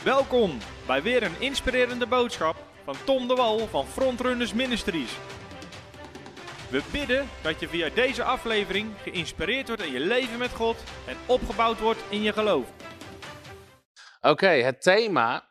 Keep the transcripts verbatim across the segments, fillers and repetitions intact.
Welkom bij weer een inspirerende boodschap van Tom de Wal van Frontrunners Ministries. We bidden dat je via deze aflevering geïnspireerd wordt in je leven met God en opgebouwd wordt in je geloof. Oké, okay, het thema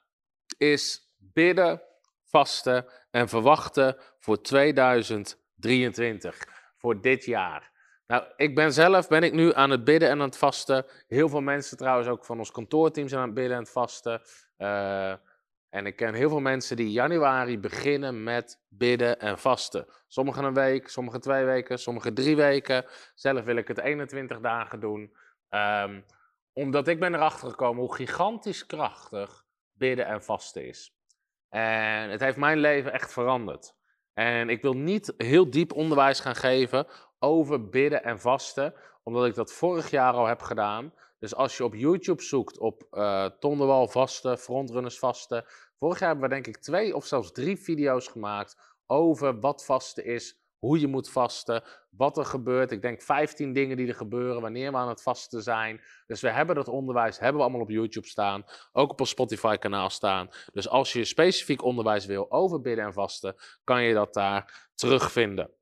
is bidden, vasten en verwachten voor tweeduizend drieëntwintig, voor dit jaar. Nou, ik ben zelf ben ik nu aan het bidden en aan het vasten. Heel veel mensen trouwens ook van ons kantoorteam zijn aan het bidden en het vasten. Uh, en ik ken heel veel mensen die januari beginnen met bidden en vasten. Sommigen een week, sommigen twee weken, sommigen drie weken. Zelf wil ik het eenentwintig dagen doen. Um, omdat ik ben erachter gekomen hoe gigantisch krachtig bidden en vasten is. En het heeft mijn leven echt veranderd. En ik wil niet heel diep onderwijs gaan geven over bidden en vasten, omdat ik dat vorig jaar al heb gedaan. Dus als je op YouTube zoekt op uh, Tom de Wal vasten, Frontrunners vasten. Vorig jaar hebben we denk ik twee of zelfs drie video's gemaakt over wat vasten is, hoe je moet vasten, wat er gebeurt. Ik denk vijftien dingen die er gebeuren wanneer we aan het vasten zijn. Dus we hebben dat onderwijs, hebben we allemaal op YouTube staan, ook op ons Spotify kanaal staan. Dus als je specifiek onderwijs wil over bidden en vasten, kan je dat daar terugvinden.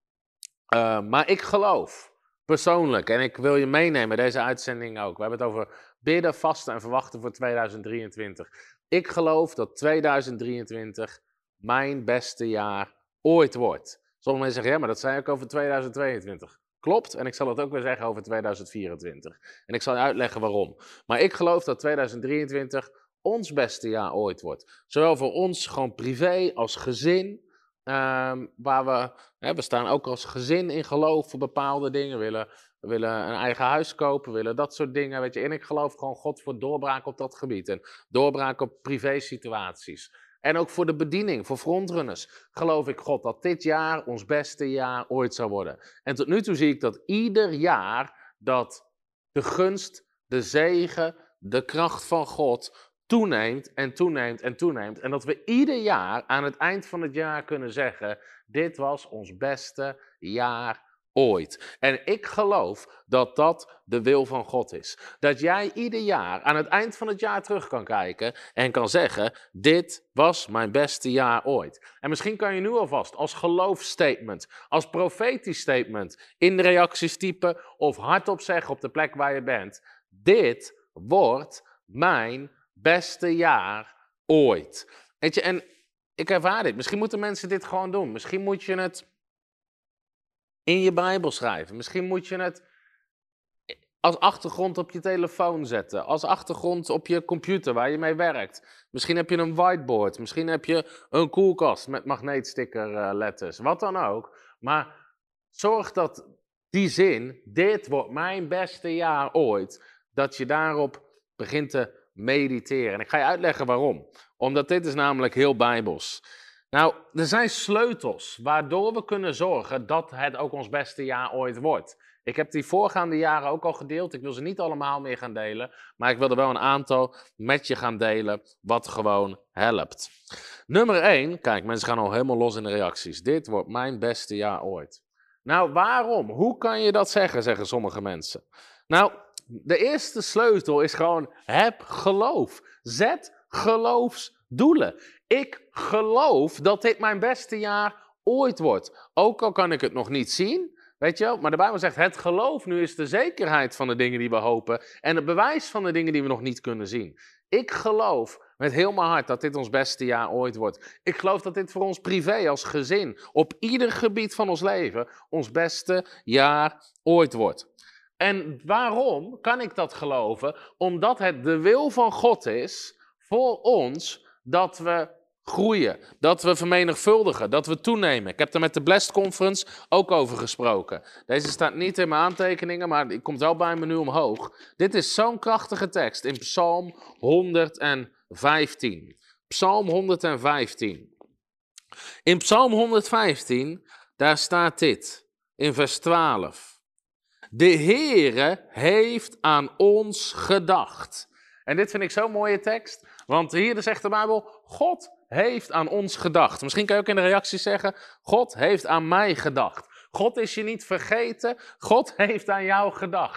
Uh, maar ik geloof persoonlijk, en ik wil je meenemen, deze uitzending ook. We hebben het over bidden, vasten en verwachten voor tweeduizend drieëntwintig. Ik geloof dat tweeduizend drieëntwintig mijn beste jaar ooit wordt. Sommige mensen zeggen, ja, maar dat zei ik over tweeduizend tweeëntwintig. Klopt, en ik zal het ook weer zeggen over tweeduizend vierentwintig. En ik zal je uitleggen waarom. Maar ik geloof dat tweeduizend drieëntwintig ons beste jaar ooit wordt. Zowel voor ons gewoon privé als gezin. Um, waar we, hè, we staan ook als gezin in geloof voor bepaalde dingen. We willen, we willen een eigen huis kopen, we willen dat soort dingen. Weet je. En ik geloof gewoon God voor doorbraak op dat gebied. En doorbraak op privé situaties. En ook voor de bediening, voor frontrunners, geloof ik God dat dit jaar ons beste jaar ooit zou worden. En tot nu toe zie ik dat ieder jaar dat de gunst, de zegen, de kracht van God toeneemt en toeneemt en toeneemt. En dat we ieder jaar aan het eind van het jaar kunnen zeggen, dit was ons beste jaar ooit. En ik geloof dat dat de wil van God is. Dat jij ieder jaar aan het eind van het jaar terug kan kijken en kan zeggen, dit was mijn beste jaar ooit. En misschien kan je nu alvast als geloofstatement, als profetisch statement in de reacties typen of hardop zeggen op de plek waar je bent, dit wordt mijn beste jaar ooit. Weet je, en ik ervaar dit. Misschien moeten mensen dit gewoon doen. Misschien moet je het in je Bijbel schrijven. Misschien moet je het als achtergrond op je telefoon zetten. Als achtergrond op je computer waar je mee werkt. Misschien heb je een whiteboard. Misschien heb je een koelkast met magneetstickerletters. Wat dan ook. Maar zorg dat die zin, dit wordt mijn beste jaar ooit, dat je daarop begint te mediteren. En ik ga je uitleggen waarom. Omdat dit is namelijk heel bijbels. Nou, er zijn sleutels waardoor we kunnen zorgen dat het ook ons beste jaar ooit wordt. Ik heb die voorgaande jaren ook al gedeeld. Ik wil ze niet allemaal meer gaan delen. Maar ik wil er wel een aantal met je gaan delen wat gewoon helpt. Nummer één. Kijk, mensen gaan al helemaal los in de reacties. Dit wordt mijn beste jaar ooit. Nou, waarom? Hoe kan je dat zeggen, zeggen sommige mensen. Nou, de eerste sleutel is gewoon, heb geloof. Zet geloofsdoelen. Ik geloof dat dit mijn beste jaar ooit wordt. Ook al kan ik het nog niet zien, weet je wel. Maar de Bijbel zegt, het geloof nu is de zekerheid van de dingen die we hopen en het bewijs van de dingen die we nog niet kunnen zien. Ik geloof met heel mijn hart dat dit ons beste jaar ooit wordt. Ik geloof dat dit voor ons privé als gezin, op ieder gebied van ons leven, ons beste jaar ooit wordt. En waarom kan ik dat geloven? Omdat het de wil van God is voor ons dat we groeien, dat we vermenigvuldigen, dat we toenemen. Ik heb er met de Blessed Conference ook over gesproken. Deze staat niet in mijn aantekeningen, maar die komt wel bij me nu omhoog. Dit is zo'n krachtige tekst in Psalm honderdvijftien. Psalm honderdvijftien. In Psalm honderdvijftien, daar staat dit, in vers twaalf. De Heere heeft aan ons gedacht. En dit vind ik zo'n mooie tekst, want hier zegt de Bijbel, God heeft aan ons gedacht. Misschien kan je ook in de reacties zeggen, God heeft aan mij gedacht. God is je niet vergeten, God heeft aan jou gedacht.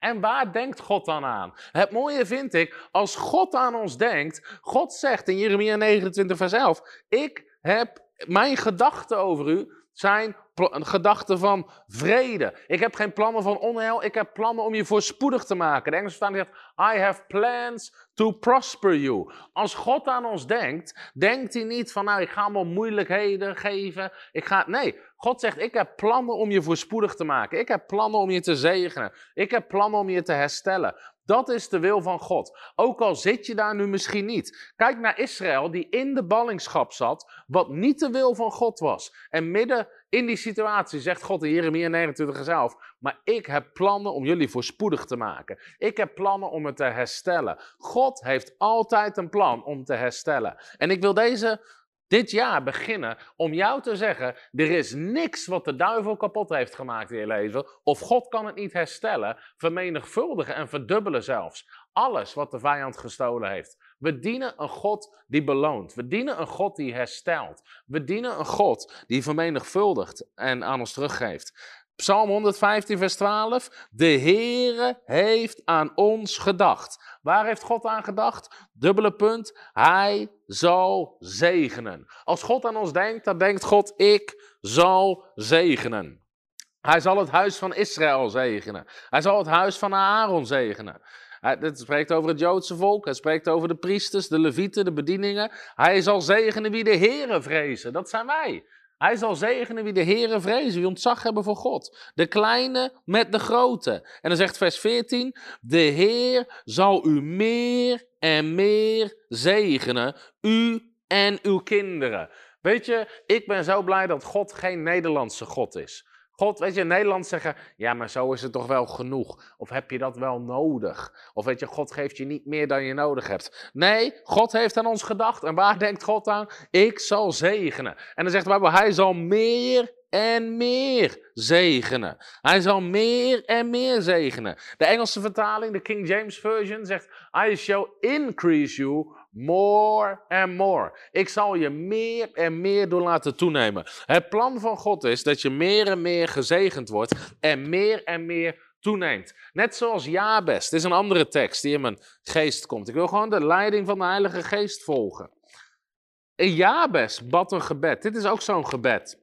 En waar denkt God dan aan? Het mooie vind ik, als God aan ons denkt, God zegt in Jeremia negenentwintig vers elf, ik heb mijn gedachten over u, zijn gedachten van vrede. Ik heb geen plannen van onheil, ik heb plannen om je voorspoedig te maken. De Engelse vertaling zegt, I have plans to prosper you. Als God aan ons denkt, denkt hij niet van, nou, ik ga allemaal moeilijkheden geven. Ik ga, nee, God zegt, ik heb plannen om je voorspoedig te maken. Ik heb plannen om je te zegenen. Ik heb plannen om je te herstellen. Dat is de wil van God. Ook al zit je daar nu misschien niet. Kijk naar Israël die in de ballingschap zat, wat niet de wil van God was. En midden in die situatie zegt God in Jeremia negenentwintig vers elf, maar ik heb plannen om jullie voorspoedig te maken. Ik heb plannen om het te herstellen. God heeft altijd een plan om te herstellen. En ik wil deze... dit jaar beginnen om jou te zeggen, er is niks wat de duivel kapot heeft gemaakt in je leven, of God kan het niet herstellen, vermenigvuldigen en verdubbelen zelfs. Alles wat de vijand gestolen heeft. We dienen een God die beloont. We dienen een God die herstelt. We dienen een God die vermenigvuldigt en aan ons teruggeeft. Psalm honderdvijftien vers twaalf. De Heere heeft aan ons gedacht. Waar heeft God aan gedacht? Dubbele punt. Hij zal zegenen. Als God aan ons denkt, dan denkt God, ik zal zegenen. Hij zal het huis van Israël zegenen. Hij zal het huis van Aaron zegenen. Het spreekt over het Joodse volk. Het spreekt over de priesters, de levieten, de bedieningen. Hij zal zegenen wie de Heere vrezen. Dat zijn wij. Hij zal zegenen wie de Heere vrezen, wie ontzag hebben voor God. De kleine met de grote. En dan zegt vers veertien, de Heer zal u meer en meer zegenen, u en uw kinderen. Weet je, ik ben zo blij dat God geen Nederlandse God is. God, weet je, in Nederland zeggen, ja, maar zo is het toch wel genoeg. Of heb je dat wel nodig? Of weet je, God geeft je niet meer dan je nodig hebt. Nee, God heeft aan ons gedacht. En waar denkt God aan? Ik zal zegenen. En dan zegt de Bijbel, hij zal meer en meer zegenen. Hij zal meer en meer zegenen. De Engelse vertaling, de King James Version, zegt, I shall increase you more and more. Ik zal je meer en meer doen laten toenemen. Het plan van God is dat je meer en meer gezegend wordt en meer en meer toeneemt. Net zoals Jabes. Dit is een andere tekst die in mijn geest komt. Ik wil gewoon de leiding van de Heilige Geest volgen. En Jabes bad een gebed. Dit is ook zo'n gebed.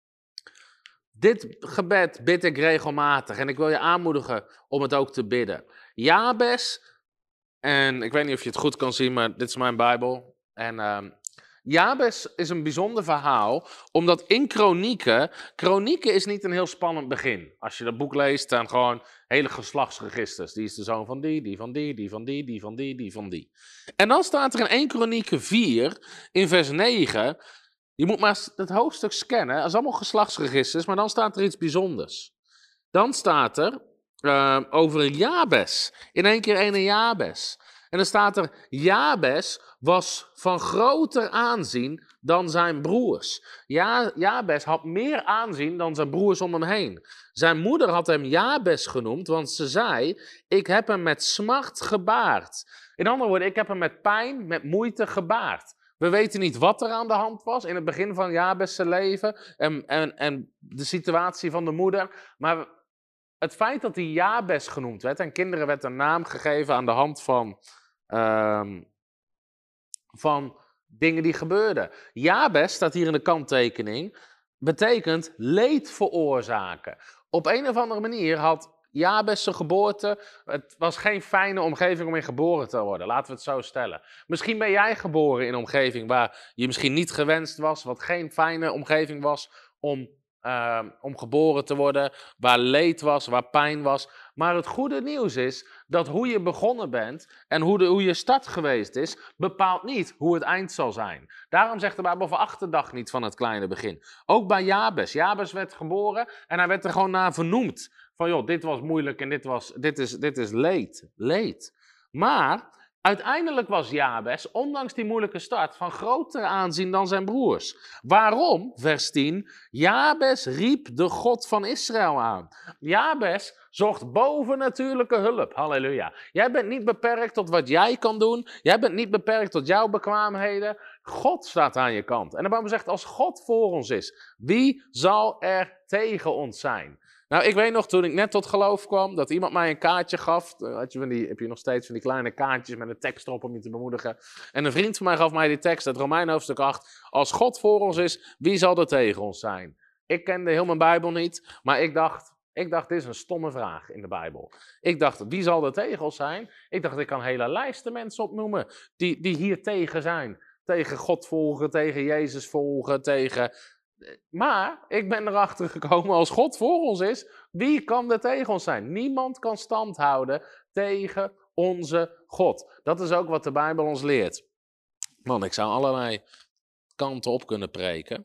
Dit gebed bid ik regelmatig en ik wil je aanmoedigen om het ook te bidden. Jabes, en ik weet niet of je het goed kan zien, maar dit is mijn Bijbel. En uh, Jabes is een bijzonder verhaal, omdat in Kronieken, Kronieken is niet een heel spannend begin. Als je dat boek leest, dan gewoon hele geslachtsregisters. Die is de zoon van die, die van die, die van die, die van die, die van die. En dan staat er in eerste Kronieken vier, in vers negen... Je moet maar het hoofdstuk scannen. Dat is allemaal geslachtsregisters, maar dan staat er iets bijzonders. Dan staat er uh, over Jabes. In één keer een Jabes. En dan staat er, Jabes was van groter aanzien dan zijn broers. Ja, Jabes had meer aanzien dan zijn broers om hem heen. Zijn moeder had hem Jabes genoemd, want ze zei, ik heb hem met smart gebaard. In andere woorden, ik heb hem met pijn, met moeite gebaard. We weten niet wat er aan de hand was in het begin van Jabes' leven en, en, en de situatie van de moeder. Maar het feit dat hij Jabes genoemd werd en kinderen werd een naam gegeven aan de hand van, um, van dingen die gebeurden. Jabes, staat hier in de kanttekening, betekent leed veroorzaken. Op een of andere manier had Jabes' geboorte, het was geen fijne omgeving om in geboren te worden, laten we het zo stellen. Misschien ben jij geboren in een omgeving waar je misschien niet gewenst was, wat geen fijne omgeving was om, uh, om geboren te worden, waar leed was, waar pijn was. Maar het goede nieuws is dat hoe je begonnen bent en hoe, de, hoe je start geweest is, bepaalt niet hoe het eind zal zijn. Daarom zegt de Bijbel, veracht de dag niet van het kleine begin. Ook bij Jabes. Jabes werd geboren en hij werd er gewoon naar vernoemd. Van joh, dit was moeilijk en dit, was, dit, is, dit is leed. Leed. Maar uiteindelijk was Jabes, ondanks die moeilijke start, van groter aanzien dan zijn broers. Waarom? Vers tien. Jabes riep de God van Israël aan. Jabes zocht bovennatuurlijke hulp. Halleluja. Jij bent niet beperkt tot wat jij kan doen. Jij bent niet beperkt tot jouw bekwaamheden. God staat aan je kant. En de Bijbel zegt, als God voor ons is, wie zal er tegen ons zijn? Nou, ik weet nog, toen ik net tot geloof kwam, dat iemand mij een kaartje gaf. Uh, had je van die, heb je nog steeds van die kleine kaartjes met een tekst erop om je te bemoedigen. En een vriend van mij gaf mij die tekst uit Romein hoofdstuk acht. Als God voor ons is, wie zal er tegen ons zijn? Ik kende heel mijn Bijbel niet, maar ik dacht, ik dacht, dit is een stomme vraag in de Bijbel. Ik dacht, wie zal er tegen ons zijn? Ik dacht, ik kan hele lijsten mensen opnoemen die, die hier tegen zijn. Tegen God volgen, tegen Jezus volgen, tegen... Maar ik ben erachter gekomen, als God voor ons is, wie kan er tegen ons zijn? Niemand kan stand houden tegen onze God. Dat is ook wat de Bijbel ons leert. Man, ik zou allerlei kanten op kunnen preken.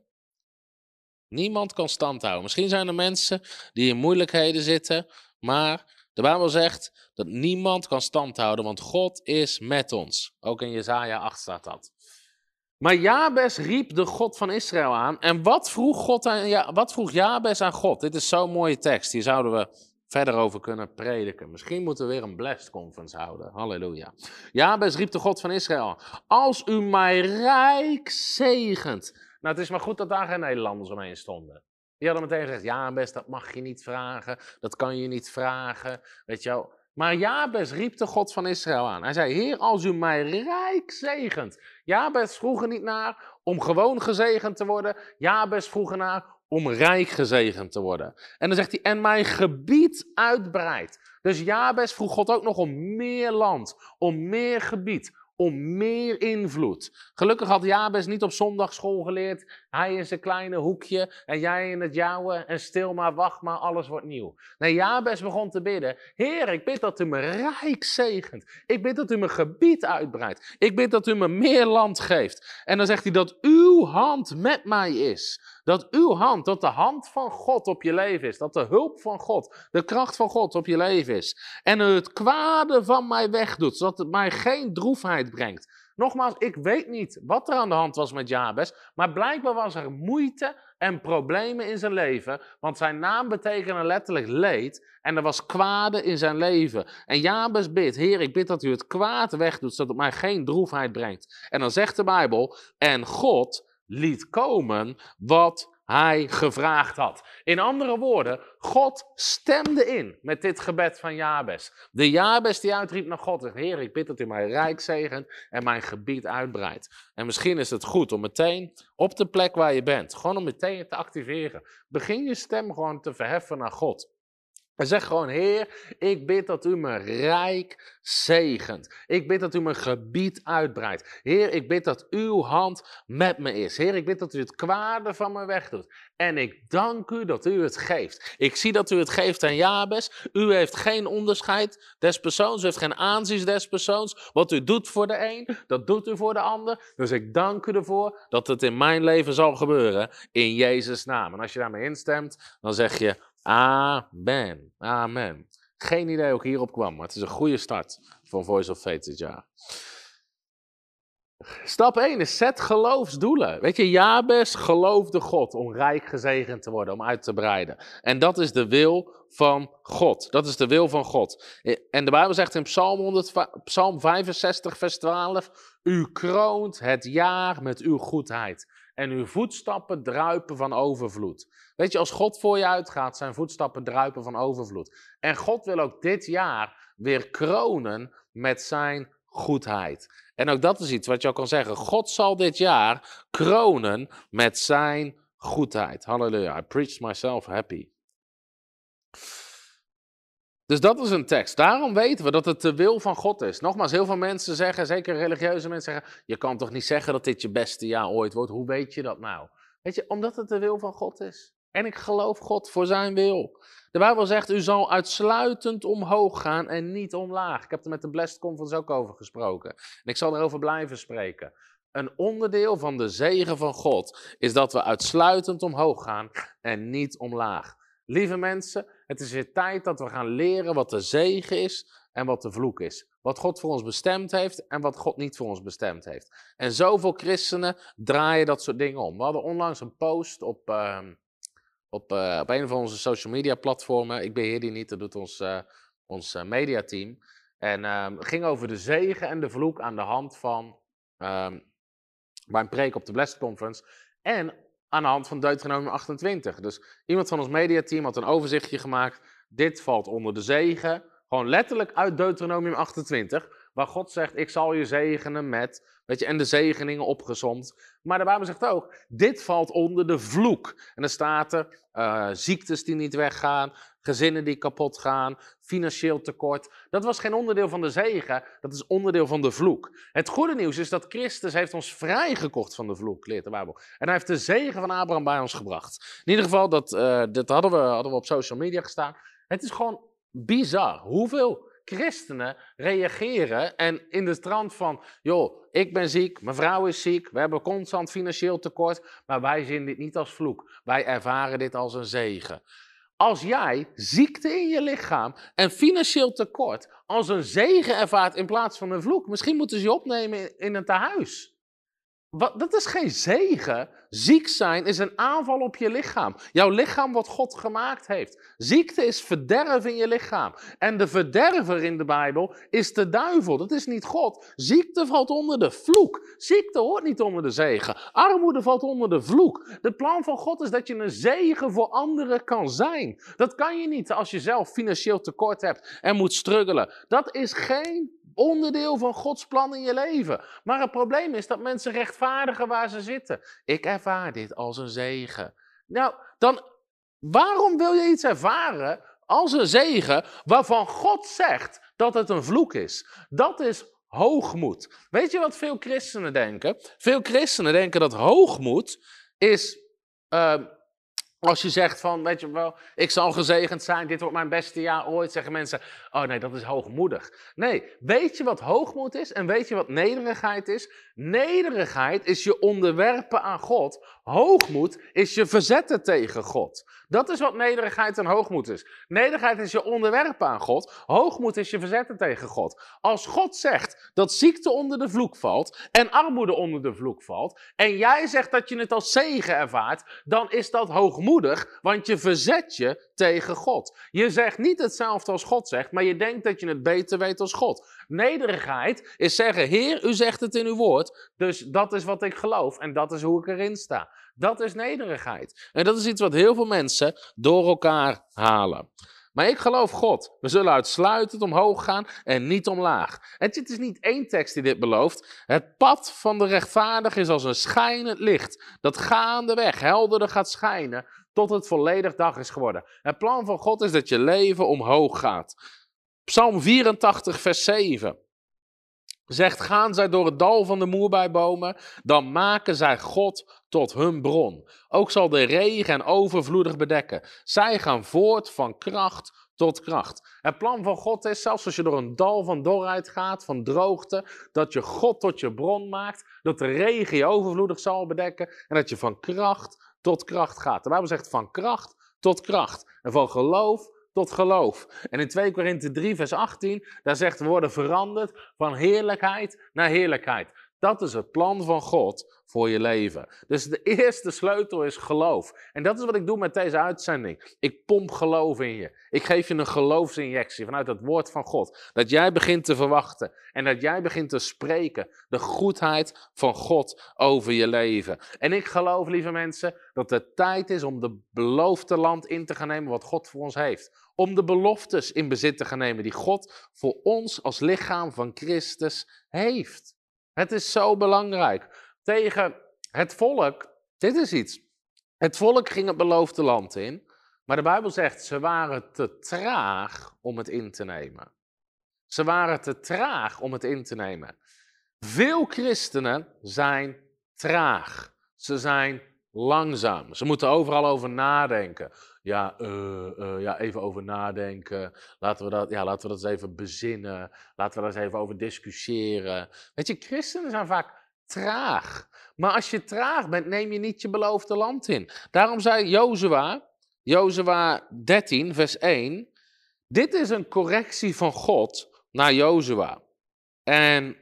Niemand kan stand houden. Misschien zijn er mensen die in moeilijkheden zitten, maar de Bijbel zegt dat niemand kan stand houden, want God is met ons. Ook in Jesaja acht staat dat. Maar Jabes riep de God van Israël aan. En wat vroeg, God aan, ja, wat vroeg Jabes aan God? Dit is zo'n mooie tekst. Hier zouden we verder over kunnen prediken. Misschien moeten we weer een blessed conference houden. Halleluja. Jabes riep de God van Israël aan. Als u mij rijk zegent. Nou, het is maar goed dat daar geen Nederlanders omheen stonden. Die hadden meteen gezegd, Jabes, dat mag je niet vragen. Dat kan je niet vragen. Weet je wel. Maar Jabes riep de God van Israël aan. Hij zei, Heer, als u mij rijk zegent. Jabes vroeg er niet naar om gewoon gezegend te worden. Jabes vroeg er naar om rijk gezegend te worden. En dan zegt hij, en mijn gebied uitbreidt. Dus Jabes vroeg God ook nog om meer land, om meer gebied, om meer invloed. Gelukkig had Jabes niet op zondagschool geleerd. Hij in zijn kleine hoekje en jij in het jouwe en stil maar, wacht maar, alles wordt nieuw. Nee, Jabes begon te bidden. Heer, ik bid dat u me rijk zegent. Ik bid dat u mijn gebied uitbreidt. Ik bid dat u me meer land geeft. En dan zegt hij dat uw hand met mij is. Dat uw hand, dat de hand van God op je leven is. Dat de hulp van God, de kracht van God op je leven is. En het kwade van mij wegdoet, zodat het mij geen droefheid brengt. Nogmaals, ik weet niet wat er aan de hand was met Jabes, maar blijkbaar was er moeite en problemen in zijn leven, want zijn naam betekende letterlijk leed en er was kwade in zijn leven. En Jabes bidt, Heer, ik bid dat u het kwaad wegdoet, zodat het mij geen droefheid brengt. En dan zegt de Bijbel, en God liet komen wat hij gevraagd had. In andere woorden, God stemde in met dit gebed van Jabes. De Jabes die uitriep naar God, zegt, Heer, ik bid dat u mij rijk zegent en mijn gebied uitbreidt. En misschien is het goed om meteen op de plek waar je bent, gewoon om meteen te activeren. Begin je stem gewoon te verheffen naar God. En zeg gewoon, Heer, ik bid dat u me rijk zegent. Ik bid dat u mijn gebied uitbreidt. Heer, ik bid dat uw hand met me is. Heer, ik bid dat u het kwade van me wegdoet. En ik dank u dat u het geeft. Ik zie dat u het geeft aan Jabes. U heeft geen onderscheid des persoons. U heeft geen aanzien des persoons. Wat u doet voor de een, dat doet u voor de ander. Dus ik dank u ervoor dat het in mijn leven zal gebeuren. In Jezus' naam. En als je daarmee instemt, dan zeg je... Amen. Amen. Geen idee hoe ik hierop kwam, maar het is een goede start voor Voice of Faith dit jaar. Stap één is zet geloofsdoelen. Weet je, Jabes geloofde God om rijk gezegend te worden, om uit te breiden. En dat is de wil van God. Dat is de wil van God. En de Bijbel zegt in Psalm, honderd, Psalm vijfenzestig, vers twaalf... U kroont het jaar met uw goedheid. En uw voetstappen druipen van overvloed. Weet je, als God voor je uitgaat, zijn voetstappen druipen van overvloed. En God wil ook dit jaar weer kronen met zijn goedheid. En ook dat is iets wat je al kan zeggen. God zal dit jaar kronen met zijn goedheid. Halleluja. I preach myself happy. Dus dat is een tekst. Daarom weten we dat het de wil van God is. Nogmaals, heel veel mensen zeggen, zeker religieuze mensen zeggen, je kan toch niet zeggen dat dit je beste jaar ooit wordt. Hoe weet je dat nou? Weet je, omdat het de wil van God is. En ik geloof God voor zijn wil. De Bijbel zegt, u zal uitsluitend omhoog gaan en niet omlaag. Ik heb er met de Blessed Conference ook over gesproken. En ik zal erover blijven spreken. Een onderdeel van de zegen van God is dat we uitsluitend omhoog gaan en niet omlaag. Lieve mensen, het is weer tijd dat we gaan leren wat de zegen is en wat de vloek is. Wat God voor ons bestemd heeft en wat God niet voor ons bestemd heeft. En zoveel christenen draaien dat soort dingen om. We hadden onlangs een post op, uh, op, uh, op een van onze social media platformen. Ik beheer die niet, dat doet ons, uh, ons uh, mediateam. En uh, het ging over de zegen en de vloek aan de hand van uh, mijn preek op de Blessed Conference. En aan de hand van Deuteronomium achtentwintig. Dus iemand van ons mediateam had een overzichtje gemaakt. Dit valt onder de zegen. Gewoon letterlijk uit Deuteronomium achtentwintig. Waar God zegt, ik zal je zegenen met, weet je, en de zegeningen opgesomd. Maar de Bijbel zegt ook, dit valt onder de vloek. En dan staat er, uh, ziektes die niet weggaan, gezinnen die kapot gaan, financieel tekort. Dat was geen onderdeel van de zegen, dat is onderdeel van de vloek. Het goede nieuws is dat Christus heeft ons vrijgekocht van de vloek, leert de Bijbel. En hij heeft de zegen van Abraham bij ons gebracht. In ieder geval, dat, uh, dat hadden, we, hadden we op social media gestaan. Het is gewoon bizar hoeveel christenen reageren en in de trant van, joh, ik ben ziek, mijn vrouw is ziek, we hebben constant financieel tekort, maar wij zien dit niet als vloek. Wij ervaren dit als een zegen. Als jij ziekte in je lichaam en financieel tekort als een zegen ervaart in plaats van een vloek, misschien moeten ze je opnemen in een tehuis. Wat, dat is geen zegen. Ziek zijn is een aanval op je lichaam. Jouw lichaam wat God gemaakt heeft. Ziekte is verderf in je lichaam. En de verderver in de Bijbel is de duivel. Dat is niet God. Ziekte valt onder de vloek. Ziekte hoort niet onder de zegen. Armoede valt onder de vloek. De plan van God is dat je een zegen voor anderen kan zijn. Dat kan je niet als je zelf financieel tekort hebt en moet struggelen. Dat is geen onderdeel van Gods plan in je leven. Maar het probleem is dat mensen rechtvaardigen waar ze zitten. Ik ervaar dit als een zegen. Nou, dan, waarom wil je iets ervaren als een zegen waarvan God zegt dat het een vloek is? Dat is hoogmoed. Weet je wat veel christenen denken? Veel christenen denken dat hoogmoed is, Uh, als je zegt van, weet je wel, ik zal gezegend zijn, dit wordt mijn beste jaar ooit, zeggen mensen, oh nee, dat is hoogmoedig. Nee, weet je wat hoogmoed is en weet je wat nederigheid is? Nederigheid is je onderwerpen aan God. Hoogmoed is je verzetten tegen God. Dat is wat nederigheid en hoogmoed is. Nederigheid is je onderwerpen aan God. Hoogmoed is je verzetten tegen God. Als God zegt dat ziekte onder de vloek valt en armoede onder de vloek valt en jij zegt dat je het als zegen ervaart, dan is dat hoogmoedig, want je verzet je tegen God. Je zegt niet hetzelfde als God zegt, maar je denkt dat je het beter weet als God. Nederigheid is zeggen, Heer, u zegt het in uw woord, dus dat is wat ik geloof en dat is hoe ik erin sta. Dat is nederigheid. En dat is iets wat heel veel mensen door elkaar halen. Maar ik geloof God. We zullen uitsluitend omhoog gaan en niet omlaag. Het is niet één tekst die dit belooft. Het pad van de rechtvaardige is als een schijnend licht, dat gaandeweg helderder gaat schijnen tot het volledig dag is geworden. Het plan van God is dat je leven omhoog gaat. Psalm vierentachtig vers zeven. Zegt, gaan zij door het dal van de moerbeibomen, dan maken zij God tot hun bron. Ook zal de regen en overvloedig bedekken. Zij gaan voort van kracht tot kracht. Het plan van God is, zelfs als je door een dal van dorheid gaat, van droogte, dat je God tot je bron maakt, dat de regen je overvloedig zal bedekken en dat je van kracht tot kracht gaat. De Bijbel zegt van kracht tot kracht en van geloof tot geloof. En in twee Korinthe drie vers achttien, daar zegt we worden veranderd van heerlijkheid naar heerlijkheid. Dat is het plan van God voor je leven. Dus de eerste sleutel is geloof. En dat is wat ik doe met deze uitzending. Ik pomp geloof in je. Ik geef je een geloofsinjectie vanuit het woord van God. Dat jij begint te verwachten. En dat jij begint te spreken. De goedheid van God over je leven. En ik geloof, lieve mensen, dat het tijd is om de beloofde land in te gaan nemen wat God voor ons heeft. Om de beloftes in bezit te gaan nemen die God voor ons als lichaam van Christus heeft. Het is zo belangrijk. Tegen het volk, dit is iets. Het volk ging het beloofde land in, maar de Bijbel zegt ze waren te traag om het in te nemen. Ze waren te traag om het in te nemen. Veel christenen zijn traag. Ze zijn langzaam. Ze moeten overal over nadenken. Ja, uh, uh, ja, even over nadenken. Laten we, dat, ja, laten we dat eens even bezinnen. Laten we daar eens even over discussiëren. Weet je, christenen zijn vaak traag. Maar als je traag bent, neem je niet je beloofde land in. Daarom zei Jozua, Jozua dertien, vers één. Dit is een correctie van God naar Jozua. En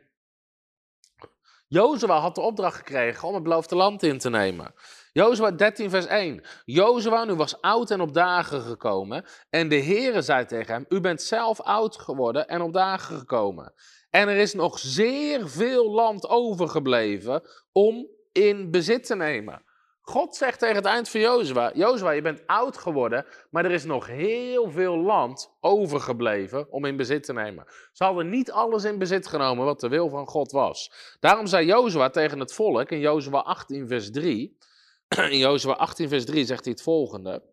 Jozua had de opdracht gekregen om het beloofde land in te nemen. Jozua dertien vers één. Jozua nu was oud en op dagen gekomen. En de Heere zei tegen hem, u bent zelf oud geworden en op dagen gekomen. En er is nog zeer veel land overgebleven om in bezit te nemen. God zegt tegen het eind van Jozua, Jozua, je bent oud geworden, maar er is nog heel veel land overgebleven om in bezit te nemen. Ze hadden niet alles in bezit genomen wat de wil van God was. Daarom zei Jozua tegen het volk in Jozua achttien vers drie, in Jozua achttien vers drie zegt hij het volgende.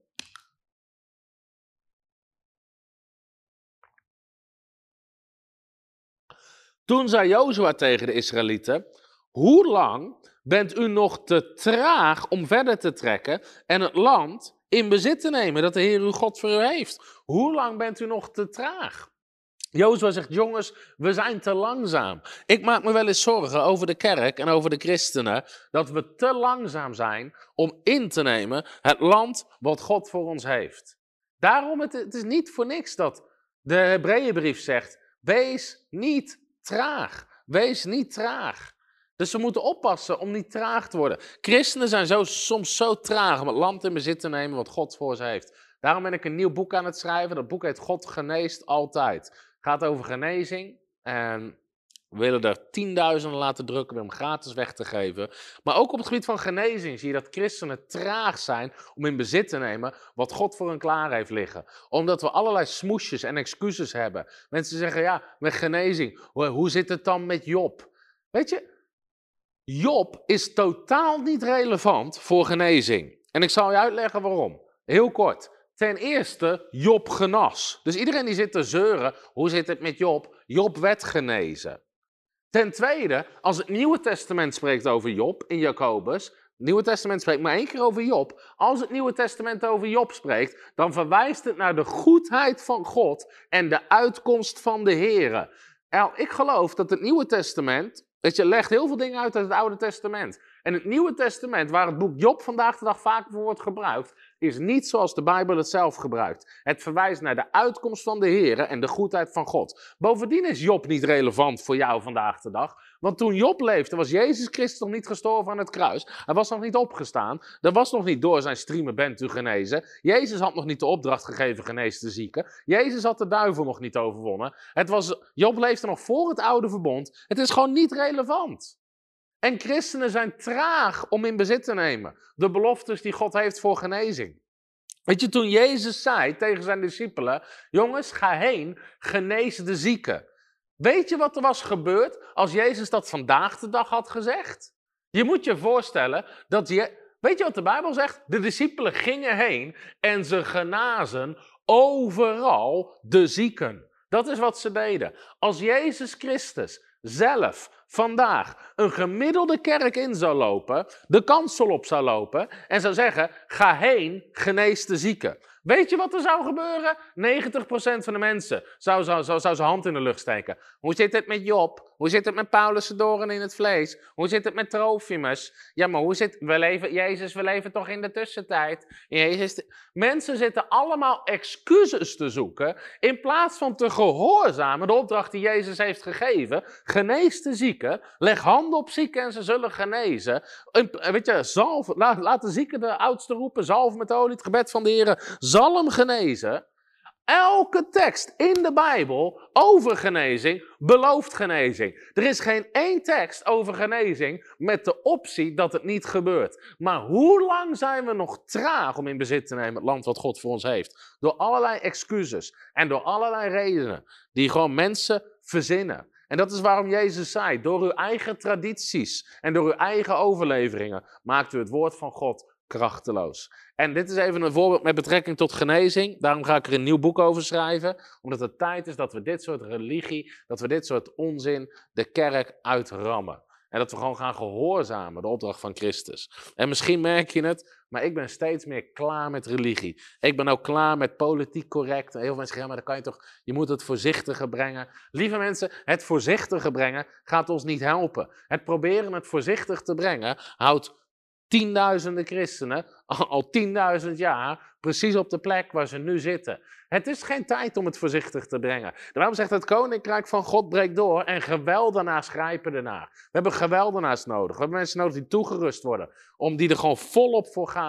Toen zei Jozua tegen de Israëlieten, hoe lang bent u nog te traag om verder te trekken en het land in bezit te nemen dat de Heer uw God voor u heeft? Hoe lang bent u nog te traag? Jozua zegt, jongens, we zijn te langzaam. Ik maak me wel eens zorgen over de kerk en over de christenen, dat we te langzaam zijn om in te nemen het land wat God voor ons heeft. Daarom, het, het is niet voor niks dat de Hebreeënbrief zegt, wees niet traag. Wees niet traag. Dus we moeten oppassen om niet traag te worden. Christenen zijn zo, soms zo traag om het land in bezit te nemen wat God voor ze heeft. Daarom ben ik een nieuw boek aan het schrijven. Dat boek heet God geneest altijd. Het gaat over genezing. En we willen er tienduizenden laten drukken om hem gratis weg te geven. Maar ook op het gebied van genezing zie je dat christenen traag zijn om in bezit te nemen wat God voor hen klaar heeft liggen. Omdat we allerlei smoesjes en excuses hebben. Mensen zeggen, ja, met genezing, hoe zit het dan met Job? Weet je, Job is totaal niet relevant voor genezing. En ik zal je uitleggen waarom. Heel kort. Ten eerste, Job genas. Dus iedereen die zit te zeuren, hoe zit het met Job? Job werd genezen. Ten tweede, als het Nieuwe Testament spreekt over Job in Jacobus, het Nieuwe Testament spreekt maar één keer over Job. Als het Nieuwe Testament over Job spreekt, dan verwijst het naar de goedheid van God en de uitkomst van de Here. Nou, ik geloof dat het Nieuwe Testament, weet je, legt heel veel dingen uit uit het Oude Testament. En het Nieuwe Testament, waar het boek Job vandaag de dag vaak voor wordt gebruikt, is niet zoals de Bijbel het zelf gebruikt. Het verwijst naar de uitkomst van de Here en de goedheid van God. Bovendien is Job niet relevant voor jou vandaag de dag. Want toen Job leefde, was Jezus Christus nog niet gestorven aan het kruis. Hij was nog niet opgestaan. Er was nog niet door zijn striemen bent u genezen. Jezus had nog niet de opdracht gegeven genees de zieken. Jezus had de duivel nog niet overwonnen. Het was, Job leefde nog voor het oude verbond. Het is gewoon niet relevant. En christenen zijn traag om in bezit te nemen. De beloftes die God heeft voor genezing. Weet je, toen Jezus zei tegen zijn discipelen, jongens, ga heen, genees de zieken. Weet je wat er was gebeurd als Jezus dat vandaag de dag had gezegd? Je moet je voorstellen dat je, weet je wat de Bijbel zegt? De discipelen gingen heen en ze genazen overal de zieken. Dat is wat ze deden. Als Jezus Christus zelf vandaag een gemiddelde kerk in zou lopen, de kansel op zou lopen en zou zeggen, ga heen, genees de zieken. Weet je wat er zou gebeuren? negentig procent van de mensen zou, zou, zou, zou zijn hand in de lucht steken. Hoe zit het met Job? Hoe zit het met Paulus' doorn in het vlees? Hoe zit het met Trofimus? Ja, maar hoe zit... We leven, Jezus, we leven toch in de tussentijd? Jezus, mensen zitten allemaal excuses te zoeken in plaats van te gehoorzamen de opdracht die Jezus heeft gegeven. Genees de zieken, leg handen op zieken en ze zullen genezen. En, weet je, zalf, laat, laat de zieken de oudste roepen, zalf met olie, het gebed van de Heer zal hem genezen. Elke tekst in de Bijbel over genezing belooft genezing. Er is geen één tekst over genezing met de optie dat het niet gebeurt. Maar hoe lang zijn we nog traag om in bezit te nemen het land wat God voor ons heeft? Door allerlei excuses en door allerlei redenen die gewoon mensen verzinnen. En dat is waarom Jezus zei, door uw eigen tradities en door uw eigen overleveringen maakt u het woord van God krachteloos. En dit is even een voorbeeld met betrekking tot genezing. Daarom ga ik er een nieuw boek over schrijven. Omdat het tijd is dat we dit soort religie, dat we dit soort onzin de kerk uitrammen. En dat we gewoon gaan gehoorzamen, de opdracht van Christus. En misschien merk je het, maar ik ben steeds meer klaar met religie. Ik ben ook klaar met politiek correct. Heel veel mensen zeggen, ja, maar dan kan je toch, je moet het voorzichtiger brengen. Lieve mensen, het voorzichtiger brengen gaat ons niet helpen. Het proberen het voorzichtig te brengen houdt tienduizenden christenen al tienduizend jaar precies op de plek waar ze nu zitten. Het is geen tijd om het voorzichtig te brengen. Daarom zegt het koninkrijk van God breekt door en geweldenaars grijpen ernaar. We hebben geweldenaars nodig. We hebben mensen nodig die toegerust worden, om die er gewoon volop voor gaan.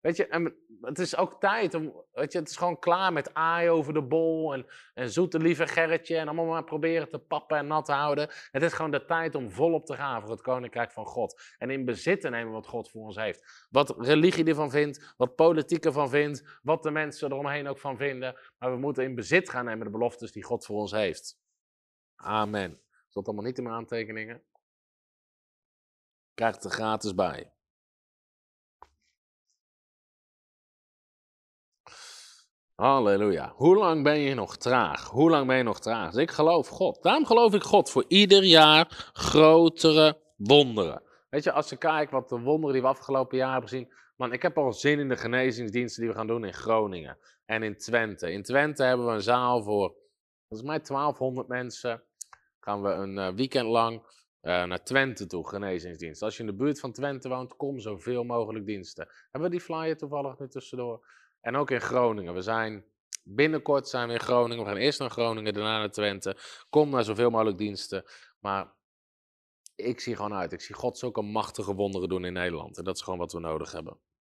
Weet je, en het is ook tijd om, weet je, het is gewoon klaar met aai over de bol en, en zoete lieve Gerritje en allemaal maar proberen te pappen en nat te houden. Het is gewoon de tijd om volop te gaan voor het Koninkrijk van God. En in bezit te nemen wat God voor ons heeft. Wat religie ervan vindt, wat politiek ervan vindt, wat de mensen eromheen ook van vinden. Maar we moeten in bezit gaan nemen de beloftes die God voor ons heeft. Amen. Is dat allemaal niet in mijn aantekeningen? Krijg het er gratis bij. Halleluja. Hoe lang ben je nog traag? Hoe lang ben je nog traag? Dus ik geloof God. Daarom geloof ik God voor ieder jaar grotere wonderen. Weet je, als je kijkt wat de wonderen die we afgelopen jaar hebben gezien. Man, ik heb al zin in de genezingsdiensten die we gaan doen in Groningen en in Twente. In Twente hebben we een zaal voor, volgens mij twaalfhonderd mensen. Gaan we een uh, weekend lang uh, naar Twente toe, genezingsdienst. Als je in de buurt van Twente woont, kom zoveel mogelijk diensten. Hebben we die flyer toevallig nu tussendoor? En ook in Groningen. We zijn binnenkort zijn we in Groningen. We gaan eerst naar Groningen, daarna naar Twente. Kom naar zoveel mogelijk diensten. Maar ik zie gewoon uit. Ik zie God zulke machtige wonderen doen in Nederland. En dat is gewoon wat we nodig hebben.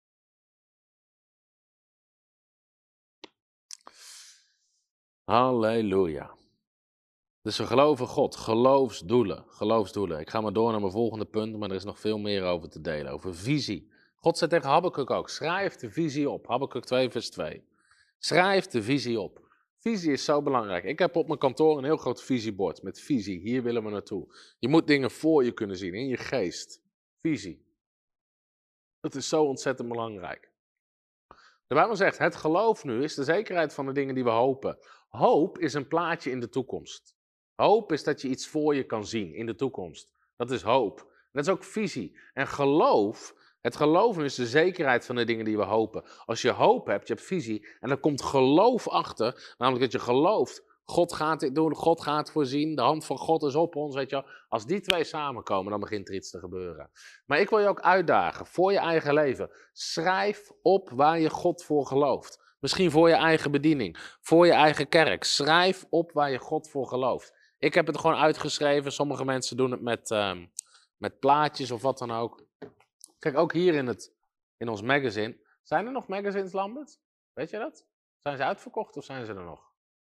Halleluja. Dus we geloven God. Geloofsdoelen. Geloofsdoelen. Ik ga maar door naar mijn volgende punt, maar er is nog veel meer over te delen. Over visie. God zei tegen Habakuk ook, schrijf de visie op. Habakuk twee vers twee. Schrijf de visie op. Visie is zo belangrijk. Ik heb op mijn kantoor een heel groot visiebord met visie. Hier willen we naartoe. Je moet dingen voor je kunnen zien, in je geest. Visie. Dat is zo ontzettend belangrijk. De Bijbel zegt, het geloof nu is de zekerheid van de dingen die we hopen. Hoop is een plaatje in de toekomst. Hoop is dat je iets voor je kan zien in de toekomst. Dat is hoop. Dat is ook visie. En geloof, het geloven is de zekerheid van de dingen die we hopen. Als je hoop hebt, je hebt visie, en er komt geloof achter, namelijk dat je gelooft, God gaat dit doen, God gaat voorzien, de hand van God is op ons, weet je wel. Als die twee samenkomen, dan begint er iets te gebeuren. Maar ik wil je ook uitdagen, voor je eigen leven, schrijf op waar je God voor gelooft. Misschien voor je eigen bediening, voor je eigen kerk. Schrijf op waar je God voor gelooft. Ik heb het gewoon uitgeschreven, sommige mensen doen het met, um, met plaatjes of wat dan ook. Kijk, ook hier in, het, in ons magazine. Zijn er nog magazines, Lambert? Weet je dat? Zijn ze uitverkocht of zijn ze er nog?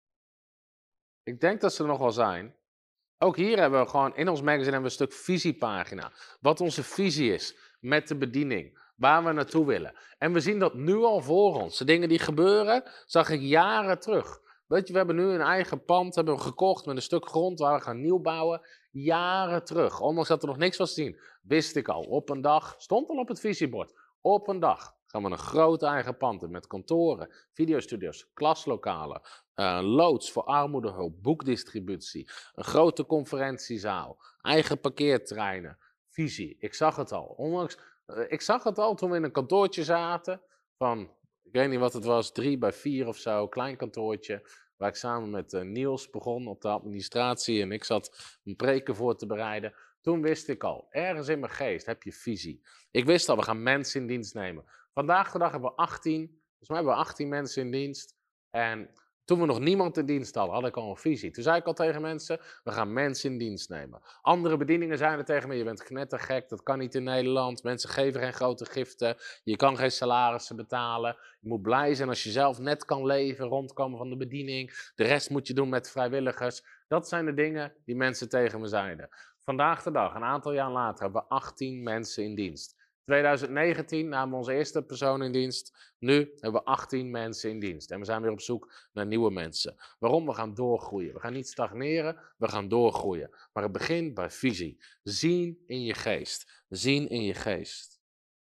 Ik denk dat ze er nog wel zijn. Ook hier hebben we gewoon, in ons magazine hebben we een stuk visiepagina. Wat onze visie is met de bediening. Waar we naartoe willen. En we zien dat nu al voor ons. De dingen die gebeuren, zag ik jaren terug. Weet je, we hebben nu een eigen pand hebben we gekocht met een stuk grond waar we gaan nieuw bouwen. Jaren terug. Ondanks dat er nog niks was te zien. Wist ik al. Op een dag, stond al op het visiebord. Op een dag gaan we een groot eigen pand in met kantoren, videostudio's, klaslokalen, uh, loods voor armoedehulp, boekdistributie, een grote conferentiezaal, eigen parkeerterreinen. Visie. Ik zag het al. Ondanks, uh, ik zag het al toen we in een kantoortje zaten van, ik weet niet wat het was, drie bij vier of zo, klein kantoortje, waar ik samen met uh, Niels begon op de administratie en ik zat een preken voor te bereiden. Toen wist ik al, ergens in mijn geest heb je visie. Ik wist al, we gaan mensen in dienst nemen. Vandaag de dag hebben we achttien, volgens mij hebben we achttien mensen in dienst. En toen we nog niemand in dienst hadden, had ik al een visie. Toen zei ik al tegen mensen, we gaan mensen in dienst nemen. Andere bedieningen zeiden tegen me, je bent knettergek, dat kan niet in Nederland. Mensen geven geen grote giften, je kan geen salarissen betalen. Je moet blij zijn als je zelf net kan leven, rondkomen van de bediening. De rest moet je doen met vrijwilligers. Dat zijn de dingen die mensen tegen me zeiden. Vandaag de dag, een aantal jaar later, hebben we achttien mensen in dienst. twintig negentien namen we onze eerste persoon in dienst. Nu hebben we achttien mensen in dienst. En we zijn weer op zoek naar nieuwe mensen. Waarom? We gaan doorgroeien. We gaan niet stagneren, we gaan doorgroeien. Maar het begint bij visie. Zien in je geest. Zien in je geest.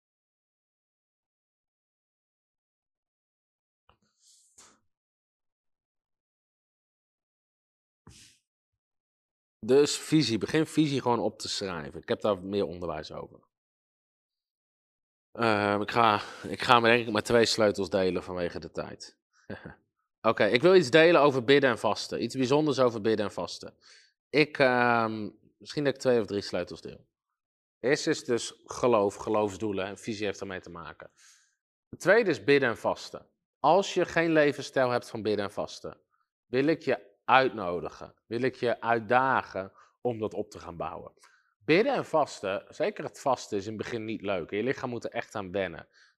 Dus visie. Begin visie gewoon op te schrijven. Ik heb daar meer onderwijs over. Uh, ik, ga, ik ga me denk ik maar twee sleutels delen vanwege de tijd. Oké, okay, ik wil iets delen over bidden en vasten. Iets bijzonders over bidden en vasten. Ik, uh, misschien dat ik twee of drie sleutels deel. Eerst is dus geloof, geloofsdoelen en visie heeft ermee te maken. Het tweede is bidden en vasten. Als je geen levensstijl hebt van bidden en vasten, wil ik je uitnodigen, wil ik je uitdagen om dat op te gaan bouwen. Bidden en vasten, zeker het vasten, is in het begin niet leuk. Je lichaam moet er echt aan wennen.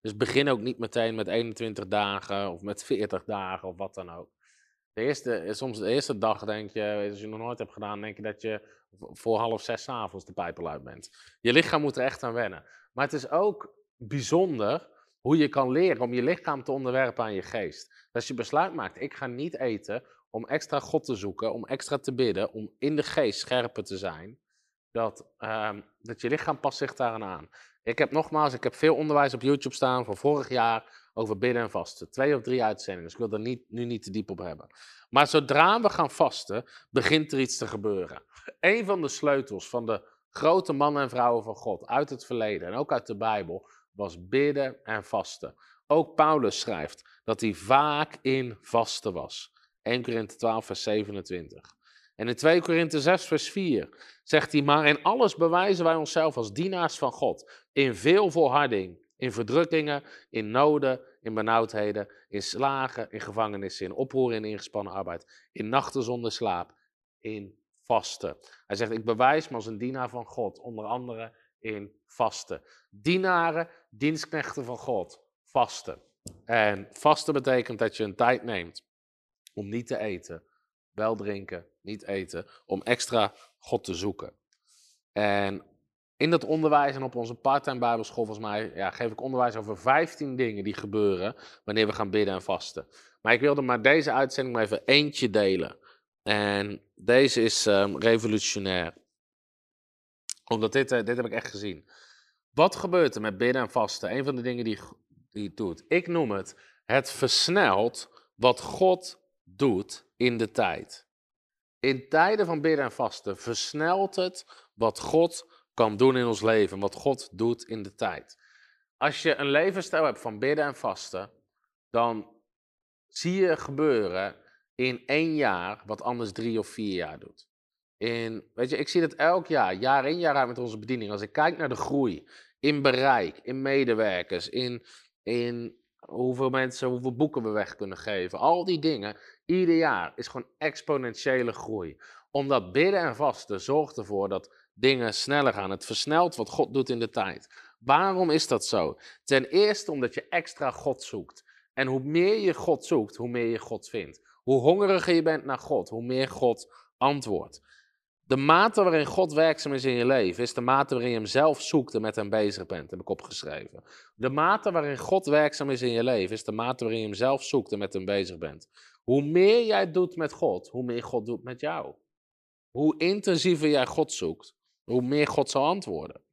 Dus begin ook niet meteen met eenentwintig dagen of met veertig dagen of wat dan ook. De eerste, soms de eerste dag denk je, als je het nog nooit hebt gedaan, denk je dat je voor half zes 's avonds de pijpel uit bent. Je lichaam moet er echt aan wennen. Maar het is ook bijzonder hoe je kan leren om je lichaam te onderwerpen aan je geest. Dus als je besluit maakt, ik ga niet eten om extra God te zoeken, om extra te bidden, om in de geest scherper te zijn, dat, um, dat je lichaam past zich daaraan aan. Ik heb nogmaals, ik heb veel onderwijs op YouTube staan van vorig jaar over bidden en vasten. Twee of drie uitzendingen, dus ik wil er niet, nu niet te diep op hebben. Maar zodra we gaan vasten, begint er iets te gebeuren. Een van de sleutels van de grote mannen en vrouwen van God uit het verleden en ook uit de Bijbel was bidden en vasten. Ook Paulus schrijft dat hij vaak in vasten was. Eerste Korinthe twaalf vers zevenentwintig. En in tweede Korinthe zes vers vier zegt hij, maar in alles bewijzen wij onszelf als dienaars van God. In veel volharding, in verdrukkingen, in noden, in benauwdheden, in slagen, in gevangenissen, in oproer, in ingespannen arbeid, in nachten zonder slaap, in vasten. Hij zegt, ik bewijs me als een dienaar van God, onder andere in vasten. Dienaren, dienstknechten van God, vasten. En vasten betekent dat je een tijd neemt om niet te eten, wel drinken, niet eten, om extra God te zoeken. En in dat onderwijs en op onze parttime bijbelschool, volgens mij, ja, geef ik onderwijs over vijftien dingen die gebeuren wanneer we gaan bidden en vasten. Maar ik wilde maar deze uitzending maar even eentje delen. En deze is um, revolutionair. Omdat dit, uh, dit heb ik echt gezien. Wat gebeurt er met bidden en vasten? Een van de dingen die, die het doet. Ik noem het, het versnelt wat God doet in de tijd. In tijden van bidden en vasten versnelt het wat God kan doen in ons leven, wat God doet in de tijd. Als je een levensstijl hebt van bidden en vasten, dan zie je gebeuren in één jaar wat anders drie of vier jaar doet. In, weet je, ik zie dat elk jaar, jaar in jaar uit met onze bediening. Als ik kijk naar de groei in bereik, in medewerkers, in, in hoeveel mensen, hoeveel boeken we weg kunnen geven. Al die dingen, ieder jaar is gewoon exponentiële groei. Omdat bidden en vasten zorgt ervoor dat dingen sneller gaan. Het versnelt wat God doet in de tijd. Waarom is dat zo? Ten eerste omdat je extra God zoekt. En hoe meer je God zoekt, hoe meer je God vindt. Hoe hongeriger je bent naar God, hoe meer God antwoordt. De mate waarin God werkzaam is in je leven, is de mate waarin je hem zelf zoekt en met hem bezig bent, heb ik opgeschreven. De mate waarin God werkzaam is in je leven, is de mate waarin je hem zelf zoekt en met hem bezig bent. Hoe meer jij doet met God, hoe meer God doet met jou. Hoe intensiever jij God zoekt, hoe meer God zal antwoorden.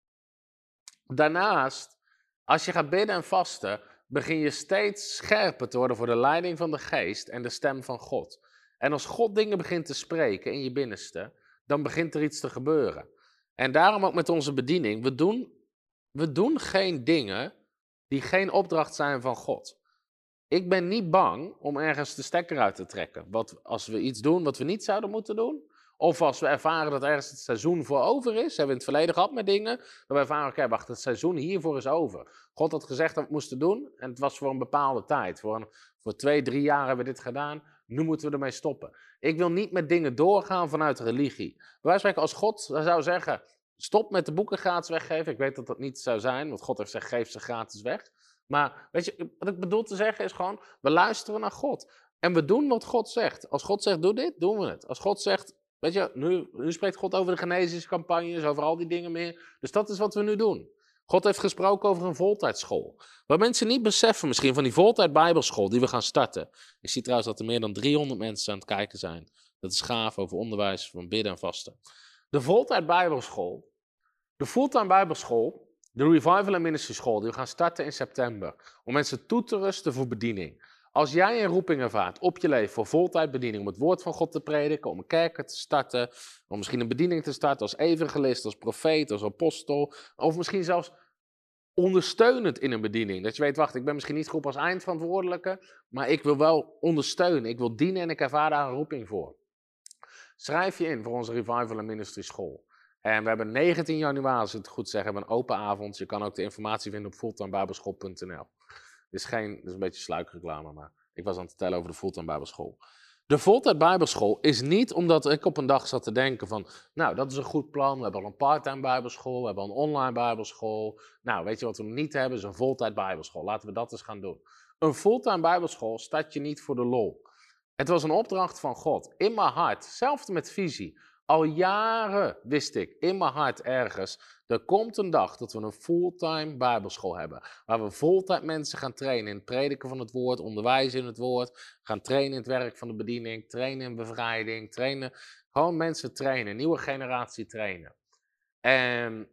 Daarnaast, als je gaat bidden en vasten, begin je steeds scherper te worden voor de leiding van de geest en de stem van God. En als God dingen begint te spreken in je binnenste, dan begint er iets te gebeuren. En daarom ook met onze bediening, we doen, we doen geen dingen die geen opdracht zijn van God. Ik ben niet bang om ergens de stekker uit te trekken. Wat, als we iets doen wat we niet zouden moeten doen, of als we ervaren dat ergens het seizoen voor over is, hebben we in het verleden gehad met dingen, dan we ervaren, oké, okay, wacht, het seizoen hiervoor is over. God had gezegd dat we het moesten doen en het was voor een bepaalde tijd. Voor, een, voor twee, drie jaar hebben we dit gedaan, nu moeten we ermee stoppen. Ik wil niet met dingen doorgaan vanuit religie. Wij spreken, als God zou zeggen, stop met de boeken gratis weggeven, ik weet dat dat niet zou zijn, want God heeft gezegd, geef ze gratis weg. Maar weet je, wat ik bedoel te zeggen is gewoon, we luisteren naar God. En we doen wat God zegt. Als God zegt, doe dit, doen we het. Als God zegt, weet je, nu, nu spreekt God over de genezingscampagnes, over al die dingen meer. Dus dat is wat we nu doen. God heeft gesproken over een voltijdschool. Wat mensen niet beseffen misschien van die voltijd bijbelschool die we gaan starten. Ik zie trouwens dat er meer dan driehonderd mensen aan het kijken zijn. Dat is gaaf over onderwijs van bidden en vasten. De voltijd bijbelschool, de fulltime bijbelschool, de Revival and Ministry School, die we gaan starten in september. Om mensen toe te rusten voor bediening. Als jij een roeping ervaart op je leven voor voltijdbediening, om het woord van God te prediken, om een kerk te starten, om misschien een bediening te starten als evangelist, als profeet, als apostel, of misschien zelfs ondersteunend in een bediening. Dat je weet, wacht, ik ben misschien niet geroepen als eindverantwoordelijke, maar ik wil wel ondersteunen, ik wil dienen en ik ervaar daar een roeping voor. Schrijf je in voor onze Revival and Ministry School. En we hebben negentien januari, als ik het goed zeg, hebben we een open avond. Je kan ook de informatie vinden op fulltime bijbelschool punt n l. Dit is geen, dit is een beetje sluikreclame, maar ik was aan het vertellen over de fulltime bijbelschool. De voltijd bijbelschool is niet omdat ik op een dag zat te denken van, nou, dat is een goed plan, we hebben al een parttime bijbelschool, we hebben al een online bijbelschool. Nou, weet je wat we nog niet hebben, is een voltijd bijbelschool. Laten we dat eens gaan doen. Een fulltime bijbelschool start je niet voor de lol. Het was een opdracht van God, in mijn hart, zelfs met visie. Al jaren wist ik, in mijn hart ergens, er komt een dag dat we een fulltime bijbelschool hebben. Waar we voltijd mensen gaan trainen in het prediken van het woord, onderwijzen in het woord. Gaan trainen in het werk van de bediening, trainen in bevrijding, trainen. Gewoon mensen trainen, nieuwe generatie trainen. En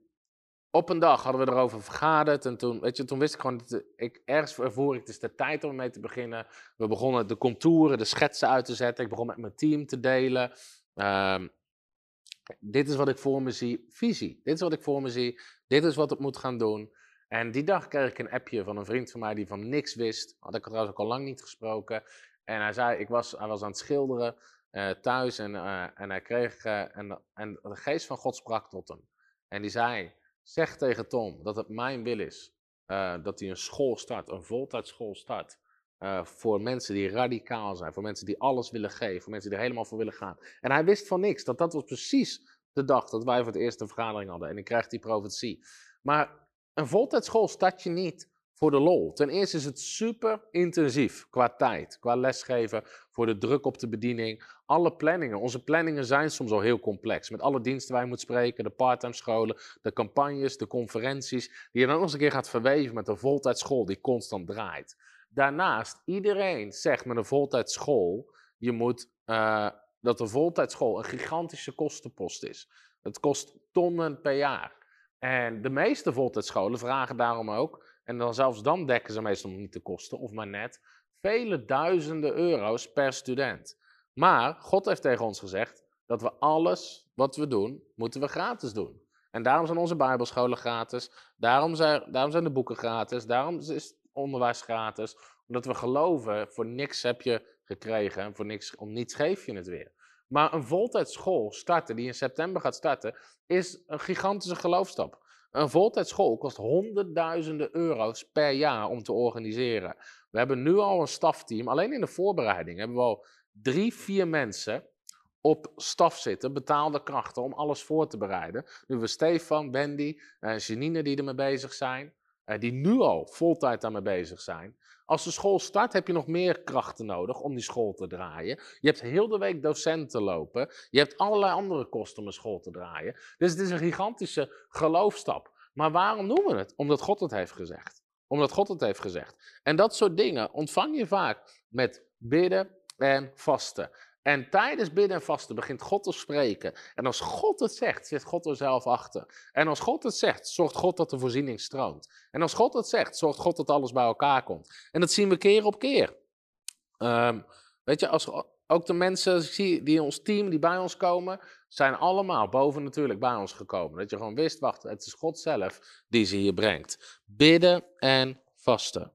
op een dag hadden we erover vergaderd en toen, weet je, toen wist ik gewoon, dat ik, ergens ervoor ik, het is de tijd om mee te beginnen. We begonnen de contouren, de schetsen uit te zetten. Ik begon met mijn team te delen. Um, Dit is wat ik voor me zie, visie. Dit is wat ik voor me zie, dit is wat ik moet gaan doen. En die dag kreeg ik een appje van een vriend van mij die van niks wist. Had ik trouwens ook al lang niet gesproken. En hij zei, ik was, hij was aan het schilderen uh, thuis en, uh, en hij kreeg, uh, en, en de geest van God sprak tot hem. En die zei, zeg tegen Tom dat het mijn wil is uh, dat hij een school start, een voltijdsschool start. Uh, voor mensen die radicaal zijn, voor mensen die alles willen geven, voor mensen die er helemaal voor willen gaan. En hij wist van niks, dat dat was precies de dag dat wij voor het eerst een vergadering hadden. En ik krijg die profetie. Maar een voltijdschool start je niet voor de lol. Ten eerste is het super intensief qua tijd, qua lesgeven, voor de druk op de bediening. Alle planningen, onze planningen zijn soms al heel complex. Met alle diensten waar je moet spreken, de parttime scholen, de campagnes, de conferenties. Die je dan nog eens een keer gaat verweven met een voltijdschool die constant draait. Daarnaast, iedereen zegt met een voltijdschool, je moet, uh, dat een voltijdschool een gigantische kostenpost is. Het kost tonnen per jaar. En de meeste voltijdscholen vragen daarom ook, en dan zelfs dan dekken ze meestal nog niet de kosten, of maar net, vele duizenden euro's per student. Maar God heeft tegen ons gezegd dat we alles wat we doen, moeten we gratis doen. En daarom zijn onze bijbelscholen gratis, daarom zijn, daarom zijn de boeken gratis, daarom is onderwijs gratis, omdat we geloven, voor niks heb je gekregen en voor niks, om niets geef je het weer. Maar een voltijdschool starten, die in september gaat starten, is een gigantische geloofstap. Een voltijdschool kost honderdduizenden euro's per jaar om te organiseren. We hebben nu al een stafteam, alleen in de voorbereiding hebben we al drie, vier mensen op staf zitten, betaalde krachten om alles voor te bereiden. Nu hebben we Stefan, Wendy, uh, Janine die ermee bezig zijn. Die nu al voltijd daarmee bezig zijn. Als de school start heb je nog meer krachten nodig om die school te draaien. Je hebt heel de week docenten lopen. Je hebt allerlei andere kosten om een school te draaien. Dus het is een gigantische geloofstap. Maar waarom doen we het? Omdat God het heeft gezegd. Omdat God het heeft gezegd. En dat soort dingen ontvang je vaak met bidden en vasten. En tijdens bidden en vasten begint God te spreken. En als God het zegt, zit God er zelf achter. En als God het zegt, zorgt God dat de voorziening stroomt. En als God het zegt, zorgt God dat alles bij elkaar komt. En dat zien we keer op keer. Um, weet je, als, ook de mensen die in ons team, die bij ons komen, zijn allemaal boven natuurlijk bij ons gekomen. Dat je gewoon wist, wacht, het is God zelf die ze hier brengt. Bidden en vasten.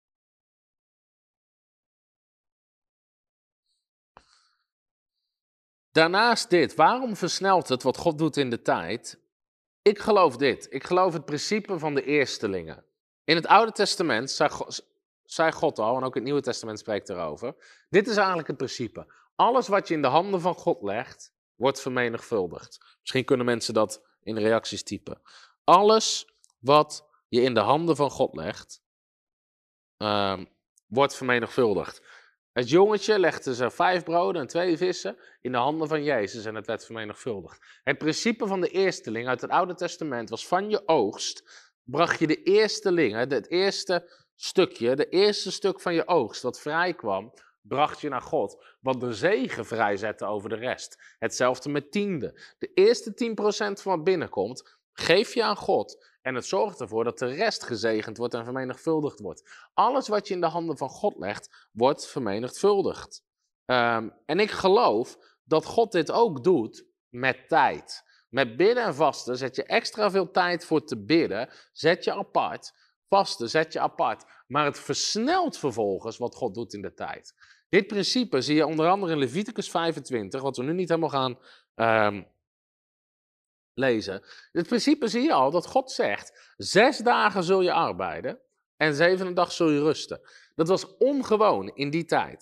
Daarnaast dit, waarom versnelt het wat God doet in de tijd? Ik geloof dit, ik geloof het principe van de eerstelingen. In het Oude Testament zei God, zei God al, en ook het Nieuwe Testament spreekt erover, dit is eigenlijk het principe. Alles wat je in de handen van God legt, wordt vermenigvuldigd. Misschien kunnen mensen dat in reacties typen. Alles wat je in de handen van God legt, uh, wordt vermenigvuldigd. Het jongetje legde ze vijf broden en twee vissen in de handen van Jezus en het werd vermenigvuldigd. Het principe van de eersteling uit het Oude Testament was van je oogst, bracht je de eerstelingen, het eerste stukje, de eerste stuk van je oogst dat vrij kwam, bracht je naar God, wat de zegen vrijzette over de rest. Hetzelfde met tiende. De eerste tien procent van wat binnenkomt, geef je aan God. En het zorgt ervoor dat de rest gezegend wordt en vermenigvuldigd wordt. Alles wat je in de handen van God legt, wordt vermenigvuldigd. Um, en ik geloof dat God dit ook doet met tijd. Met bidden en vasten zet je extra veel tijd voor te bidden. Zet je apart. Vasten zet je apart. Maar het versnelt vervolgens wat God doet in de tijd. Dit principe zie je onder andere in Leviticus vijfentwintig, wat we nu niet helemaal gaan um, lezen. Het principe zie je al dat God zegt, zes dagen zul je arbeiden en zevende dag zul je rusten. Dat was ongewoon in die tijd.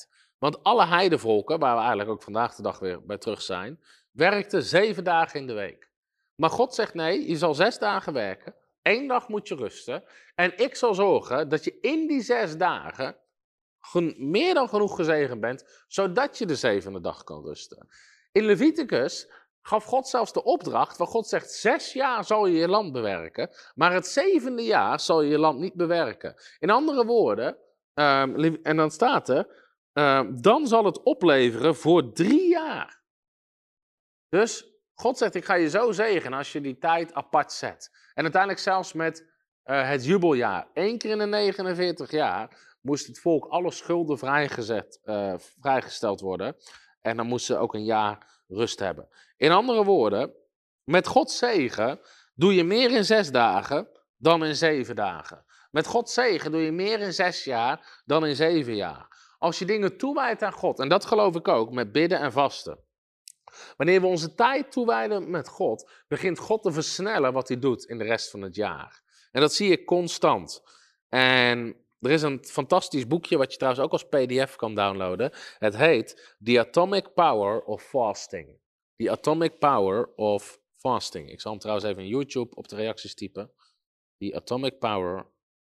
Want alle heidevolken, waar we eigenlijk ook vandaag de dag weer bij terug zijn, werkten zeven dagen in de week. Maar God zegt nee, je zal zes dagen werken, één dag moet je rusten. En ik zal zorgen dat je in die zes dagen meer dan genoeg gezegend bent, zodat je de zevende dag kan rusten. In Leviticus gaf God zelfs de opdracht, waar God zegt, zes jaar zal je je land bewerken, maar het zevende jaar zal je je land niet bewerken. In andere woorden, um, en dan staat er, um, dan zal het opleveren voor drie jaar. Dus God zegt, ik ga je zo zegenen als je die tijd apart zet. En uiteindelijk zelfs met uh, het jubeljaar, één keer in de negenenveertig jaar, moest het volk alle schulden vrijgezet, uh, vrijgesteld worden. En dan moesten ze ook een jaar rust hebben. In andere woorden, met Gods zegen doe je meer in zes dagen dan in zeven dagen. Met Gods zegen doe je meer in zes jaar dan in zeven jaar. Als je dingen toewijdt aan God, en dat geloof ik ook, met bidden en vasten. Wanneer we onze tijd toewijden met God, begint God te versnellen wat hij doet in de rest van het jaar. En dat zie ik constant. En er is een fantastisch boekje wat je trouwens ook als P D F kan downloaden. Het heet The Atomic Power of Fasting. The Atomic Power of Fasting. Ik zal hem trouwens even in YouTube op de reacties typen. The Atomic Power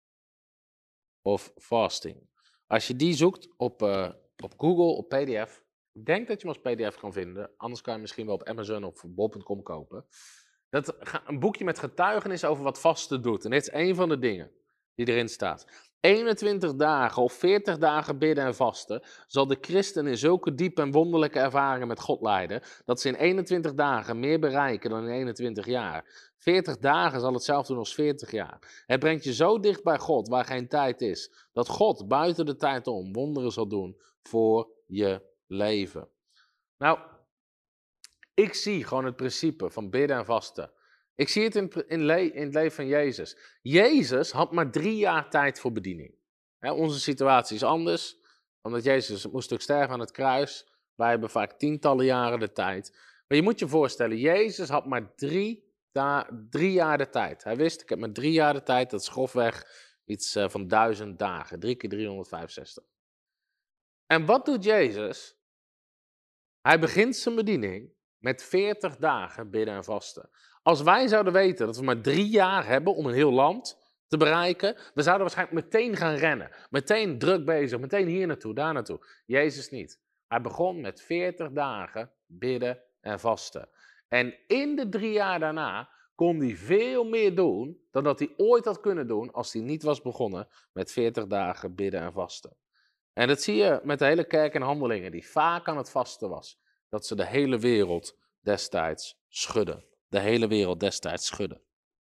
of Fasting. Als je die zoekt op, uh, op Google, op P D F. Ik denk dat je hem als P D F kan vinden. Anders kan je hem misschien wel op Amazon of bol punt com kopen. Dat, een boekje met getuigenis over wat vasten doet. En dit is één van de dingen die erin staat. eenentwintig dagen of veertig dagen bidden en vasten zal de christen in zulke diepe en wonderlijke ervaringen met God leiden, dat ze in eenentwintig dagen meer bereiken dan in eenentwintig jaar. veertig dagen zal hetzelfde doen als veertig jaar. Het brengt je zo dicht bij God, waar geen tijd is, dat God buiten de tijd om wonderen zal doen voor je leven. Nou, ik zie gewoon het principe van bidden en vasten. Ik zie het in, in, le- in het leven van Jezus. Jezus had maar drie jaar tijd voor bediening. He, onze situatie is anders, omdat Jezus moest ook sterven aan het kruis. Wij hebben vaak tientallen jaren de tijd. Maar je moet je voorstellen, Jezus had maar drie, da- drie jaar de tijd. Hij wist, ik heb maar drie jaar de tijd, dat is grofweg iets uh, van duizend dagen. Drie keer driehonderdvijfenzestig. En wat doet Jezus? Hij begint zijn bediening met veertig dagen bidden en vasten. Als wij zouden weten dat we maar drie jaar hebben om een heel land te bereiken, we zouden waarschijnlijk meteen gaan rennen. Meteen druk bezig, meteen hier naartoe, daar naartoe. Jezus niet. Hij begon met veertig dagen bidden en vasten. En in de drie jaar daarna kon hij veel meer doen dan dat hij ooit had kunnen doen als hij niet was begonnen met veertig dagen bidden en vasten. En dat zie je met de hele kerk in Handelingen, die vaak aan het vasten was. Dat ze de hele wereld destijds schudden. De hele wereld destijds schudden.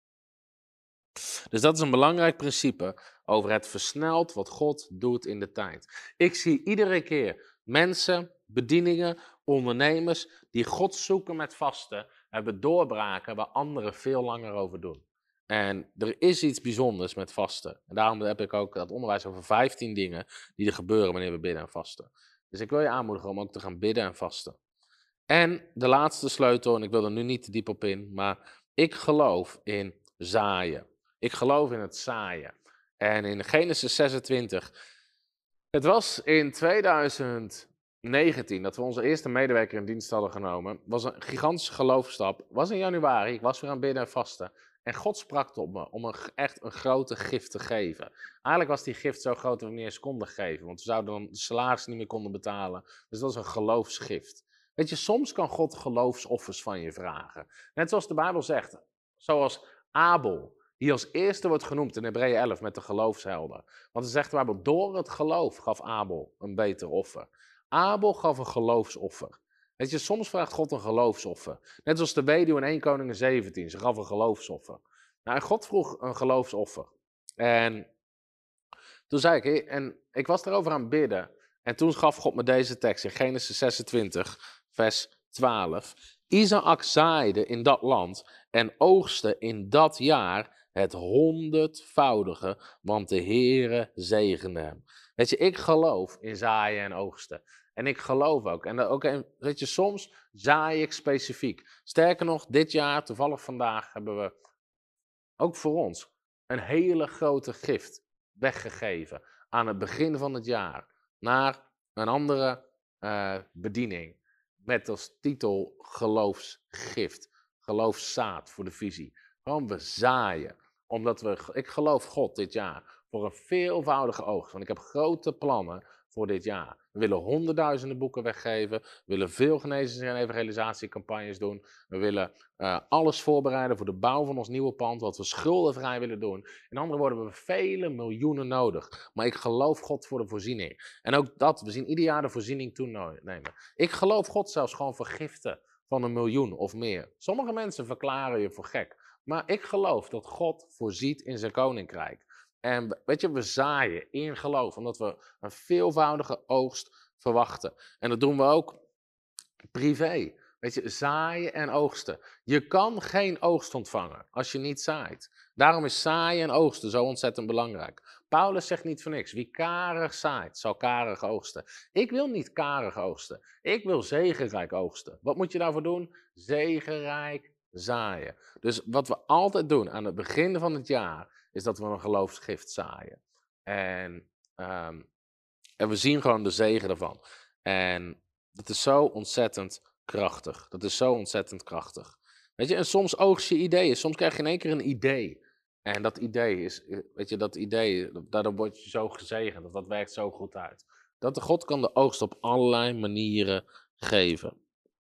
Dus dat is een belangrijk principe over het versneld wat God doet in de tijd. Ik zie iedere keer mensen, bedieningen, ondernemers die God zoeken met vasten, hebben doorbraken waar anderen veel langer over doen. En er is iets bijzonders met vasten. En daarom heb ik ook dat onderwijs over vijftien dingen die er gebeuren wanneer we bidden en vasten. Dus ik wil je aanmoedigen om ook te gaan bidden en vasten. En de laatste sleutel, en ik wil er nu niet te diep op in, maar ik geloof in zaaien. Ik geloof in het zaaien. En in Genesis zesentwintig, het was in tweeduizend negentien dat we onze eerste medewerker in dienst hadden genomen. Was een gigantische geloofstap. Was in januari, ik was weer aan bidden en vasten. En God sprak tot me om een, echt een grote gift te geven. Eigenlijk was die gift zo groot dat we niet eens konden geven. Want we zouden dan de salaris niet meer konden betalen. Dus dat was een geloofsgift. Weet je, soms kan God geloofsoffers van je vragen. Net zoals de Bijbel zegt. Zoals Abel, die als eerste wordt genoemd in Hebreeën elf met de geloofshelden. Want dan zegt de Bijbel, door het geloof gaf Abel een beter offer. Abel gaf een geloofsoffer. Weet je, soms vraagt God een geloofsoffer. Net zoals de weduwe in Eerste Koningen zeventien, ze gaf een geloofsoffer. Nou, en God vroeg een geloofsoffer. En toen zei ik, en ik was daarover aan het bidden. En toen gaf God me deze tekst in Genesis zesentwintig, vers twaalf. Isaac zaaide in dat land en oogste in dat jaar het honderdvoudige, want de Heere zegende hem. Weet je, ik geloof in zaaien en oogsten. En ik geloof ook. En ook, weet je, soms zaai ik specifiek. Sterker nog, dit jaar, toevallig vandaag, hebben we ook voor ons een hele grote gift weggegeven aan het begin van het jaar naar een andere uh, bediening met als titel geloofsgift, geloofszaad voor de visie. Gewoon we zaaien, omdat we, ik geloof God dit jaar voor een veelvoudige oogst, want ik heb grote plannen voor dit jaar. We willen honderdduizenden boeken weggeven, we willen veel genezings- en evangelisatiecampagnes doen, we willen uh, alles voorbereiden voor de bouw van ons nieuwe pand, wat we schuldenvrij willen doen. In andere woorden, we hebben vele miljoenen nodig, maar ik geloof God voor de voorziening. En ook dat, we zien ieder jaar de voorziening toenemen. Ik geloof God zelfs gewoon voor giften van een miljoen of meer. Sommige mensen verklaren je voor gek, maar ik geloof dat God voorziet in zijn koninkrijk. En weet je, we zaaien in geloof, omdat we een veelvoudige oogst verwachten. En dat doen we ook privé. Weet je, zaaien en oogsten. Je kan geen oogst ontvangen als je niet zaait. Daarom is zaaien en oogsten zo ontzettend belangrijk. Paulus zegt niet voor niks, wie karig zaait, zal karig oogsten. Ik wil niet karig oogsten, ik wil zegenrijk oogsten. Wat moet je daarvoor doen? Zegenrijk zaaien. Dus wat we altijd doen aan het begin van het jaar, is dat we een geloofsgift zaaien. En, um, en we zien gewoon de zegen ervan. En dat is zo ontzettend krachtig. Dat is zo ontzettend krachtig. Weet je, en soms oogst je ideeën. Soms krijg je in één keer een idee. En dat idee is, weet je, dat idee, daardoor word je zo gezegend. Dat, dat werkt zo goed uit. Dat de God kan de oogst op allerlei manieren geven.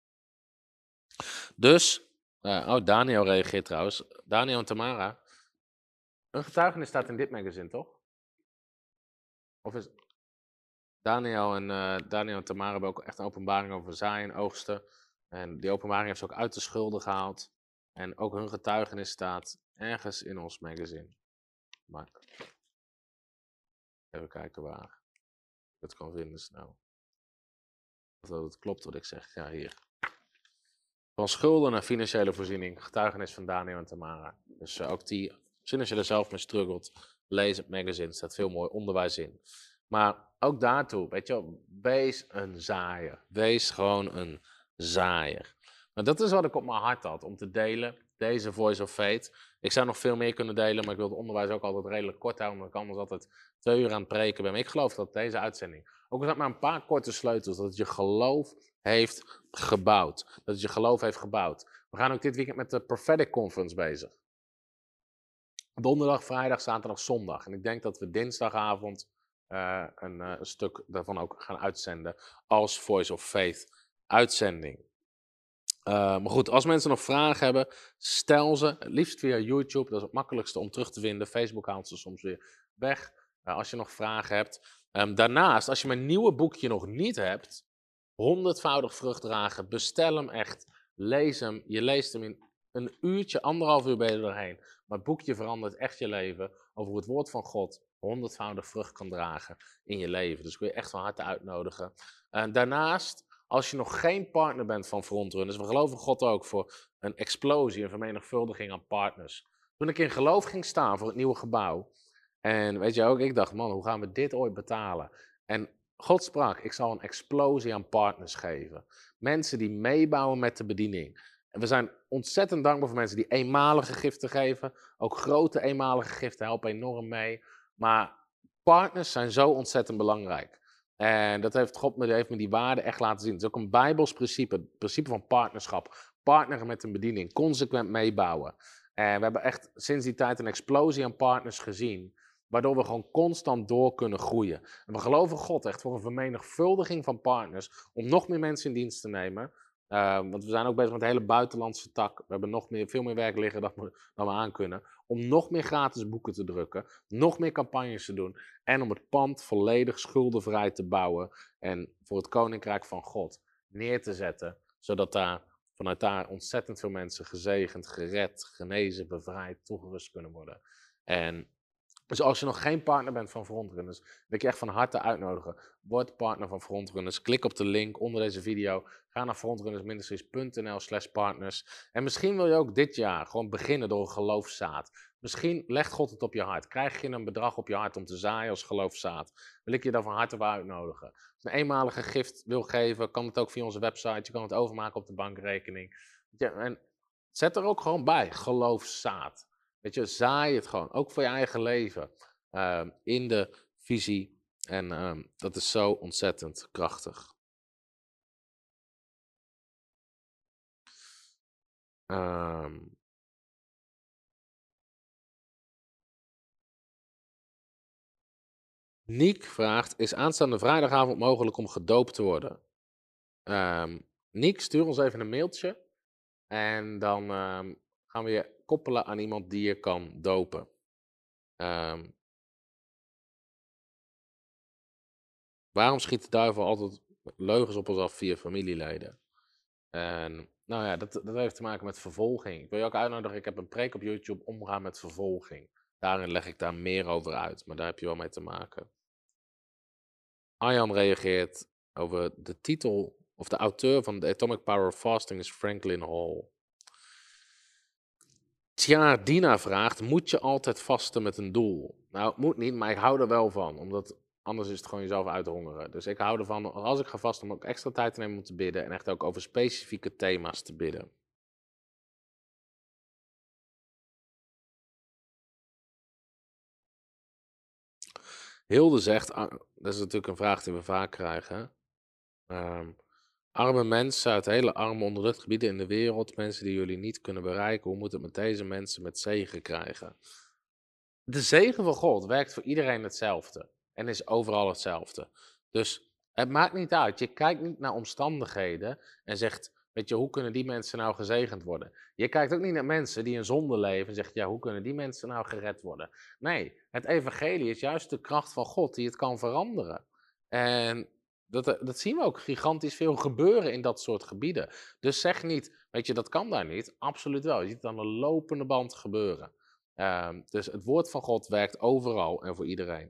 Dus, uh, oh, Daniel reageert trouwens. Daniel en Tamara. Een getuigenis staat in dit magazine, toch? Of is... Daniel en, uh, Daniel en Tamara hebben ook echt een openbaring over zaaien en oogsten. En die openbaring heeft ze ook uit de schulden gehaald. En ook hun getuigenis staat ergens in ons magazine. Maar even kijken waar ik het kan vinden snel. Of dat het klopt wat ik zeg. Ja, hier. Van schulden naar financiële voorziening. Getuigenis van Daniel en Tamara. Dus uh, ook die, misschien als je er zelf mee struggelt, lees het magazine. Er staat veel mooi onderwijs in. Maar ook daartoe, weet je wel, wees een zaaier. Wees gewoon een zaaier. Nou, dat is wat ik op mijn hart had, om te delen, deze Voice of Faith. Ik zou nog veel meer kunnen delen, maar ik wil het onderwijs ook altijd redelijk kort houden, omdat ik anders altijd twee uur aan het preken ben. Maar ik geloof dat deze uitzending, ook al zijn maar een paar korte sleutels, dat het je geloof heeft gebouwd. Dat het je geloof heeft gebouwd. We gaan ook dit weekend met de Prophetic Conference bezig. Donderdag, vrijdag, zaterdag, zondag. En ik denk dat we dinsdagavond Uh, een, uh, een stuk daarvan ook gaan uitzenden als Voice of Faith uitzending. Uh, maar goed, als mensen nog vragen hebben, stel ze. Het liefst via YouTube, dat is het makkelijkste om terug te vinden. Facebook haalt ze soms weer weg, uh, als je nog vragen hebt. Um, daarnaast, als je mijn nieuwe boekje nog niet hebt, honderdvoudig vrucht dragen, bestel hem echt, lees hem. Je leest hem in een uurtje, anderhalf uur ben je er doorheen. Maar het boekje verandert echt je leven over hoe het woord van God honderdvoudig vrucht kan dragen in je leven. Dus ik wil je echt van harte uitnodigen. En daarnaast, als je nog geen partner bent van Frontrunners, we geloven God ook voor een explosie, een vermenigvuldiging aan partners. Toen ik in geloof ging staan voor het nieuwe gebouw, en weet je ook, ik dacht, man, hoe gaan we dit ooit betalen? En God sprak, ik zal een explosie aan partners geven. Mensen die meebouwen met de bediening. En we zijn ontzettend dankbaar voor mensen die eenmalige giften geven. Ook grote eenmalige giften helpen enorm mee. Maar partners zijn zo ontzettend belangrijk. En dat heeft God me, heeft me die waarde echt laten zien. Het is ook een Bijbels principe, het principe van partnerschap. Partneren met een bediening, consequent meebouwen. En we hebben echt sinds die tijd een explosie aan partners gezien. Waardoor we gewoon constant door kunnen groeien. En we geloven God echt voor een vermenigvuldiging van partners. Om nog meer mensen in dienst te nemen. Uh, want we zijn ook bezig met de hele buitenlandse tak. We hebben nog meer, veel meer werk liggen dan we, dan we aan kunnen. Om nog meer gratis boeken te drukken. Nog meer campagnes te doen. En om het pand volledig schuldenvrij te bouwen. En voor het Koninkrijk van God neer te zetten. Zodat daar, vanuit daar ontzettend veel mensen gezegend, gered, genezen, bevrijd, toegerust kunnen worden. En dus als je nog geen partner bent van Frontrunners, wil ik je echt van harte uitnodigen. Word partner van Frontrunners. Klik op de link onder deze video. Ga naar frontrunnersministries punt n l slash partners. En misschien wil je ook dit jaar gewoon beginnen door een geloofszaad. Misschien legt God het op je hart. Krijg je een bedrag op je hart om te zaaien als geloofszaad. Wil ik je daar van harte voor uitnodigen. Als je een eenmalige gift wil geven, kan het ook via onze website. Je kan het overmaken op de bankrekening. Ja, en zet er ook gewoon bij, geloofszaad. Weet je, zaai het gewoon, ook voor je eigen leven, uh, in de visie En um, dat is zo ontzettend krachtig. Um, Niek vraagt, is aanstaande vrijdagavond mogelijk om gedoopt te worden? Um, Niek, stuur ons even een mailtje. En dan um, gaan we je koppelen aan iemand die je kan dopen. Um, waarom schiet de duivel altijd leugens op ons af via familieleden? En nou ja, dat, dat heeft te maken met vervolging. Ik wil je ook uitnodigen, ik heb een preek op YouTube, omgaan met vervolging. Daarin leg ik daar meer over uit, maar daar heb je wel mee te maken. Arjan reageert over de titel, of de auteur van The Atomic Power of Fasting is Franklin Hall. Tja, Dina vraagt, moet je altijd vasten met een doel? Nou, het moet niet, maar ik hou er wel van, omdat anders is het gewoon jezelf uithongeren. Dus ik hou ervan, als ik ga vasten, om ook extra tijd te nemen om te bidden en echt ook over specifieke thema's te bidden. Hilde zegt, dat is natuurlijk een vraag die we vaak krijgen. Um, arme mensen uit hele arme onderdrukte gebieden in de wereld, mensen die jullie niet kunnen bereiken, hoe moet het met deze mensen met zegen krijgen? De zegen van God werkt voor iedereen hetzelfde en is overal hetzelfde. Dus het maakt niet uit, je kijkt niet naar omstandigheden en zegt, weet je, hoe kunnen die mensen nou gezegend worden? Je kijkt ook niet naar mensen die in zonde leven en zegt, ja, hoe kunnen die mensen nou gered worden? Nee, het evangelie is juist de kracht van God die het kan veranderen. En dat, dat zien we ook gigantisch veel gebeuren in dat soort gebieden. Dus zeg niet, weet je, dat kan daar niet. Absoluut wel, je ziet het aan de lopende band gebeuren. Um, dus het woord van God werkt overal en voor iedereen.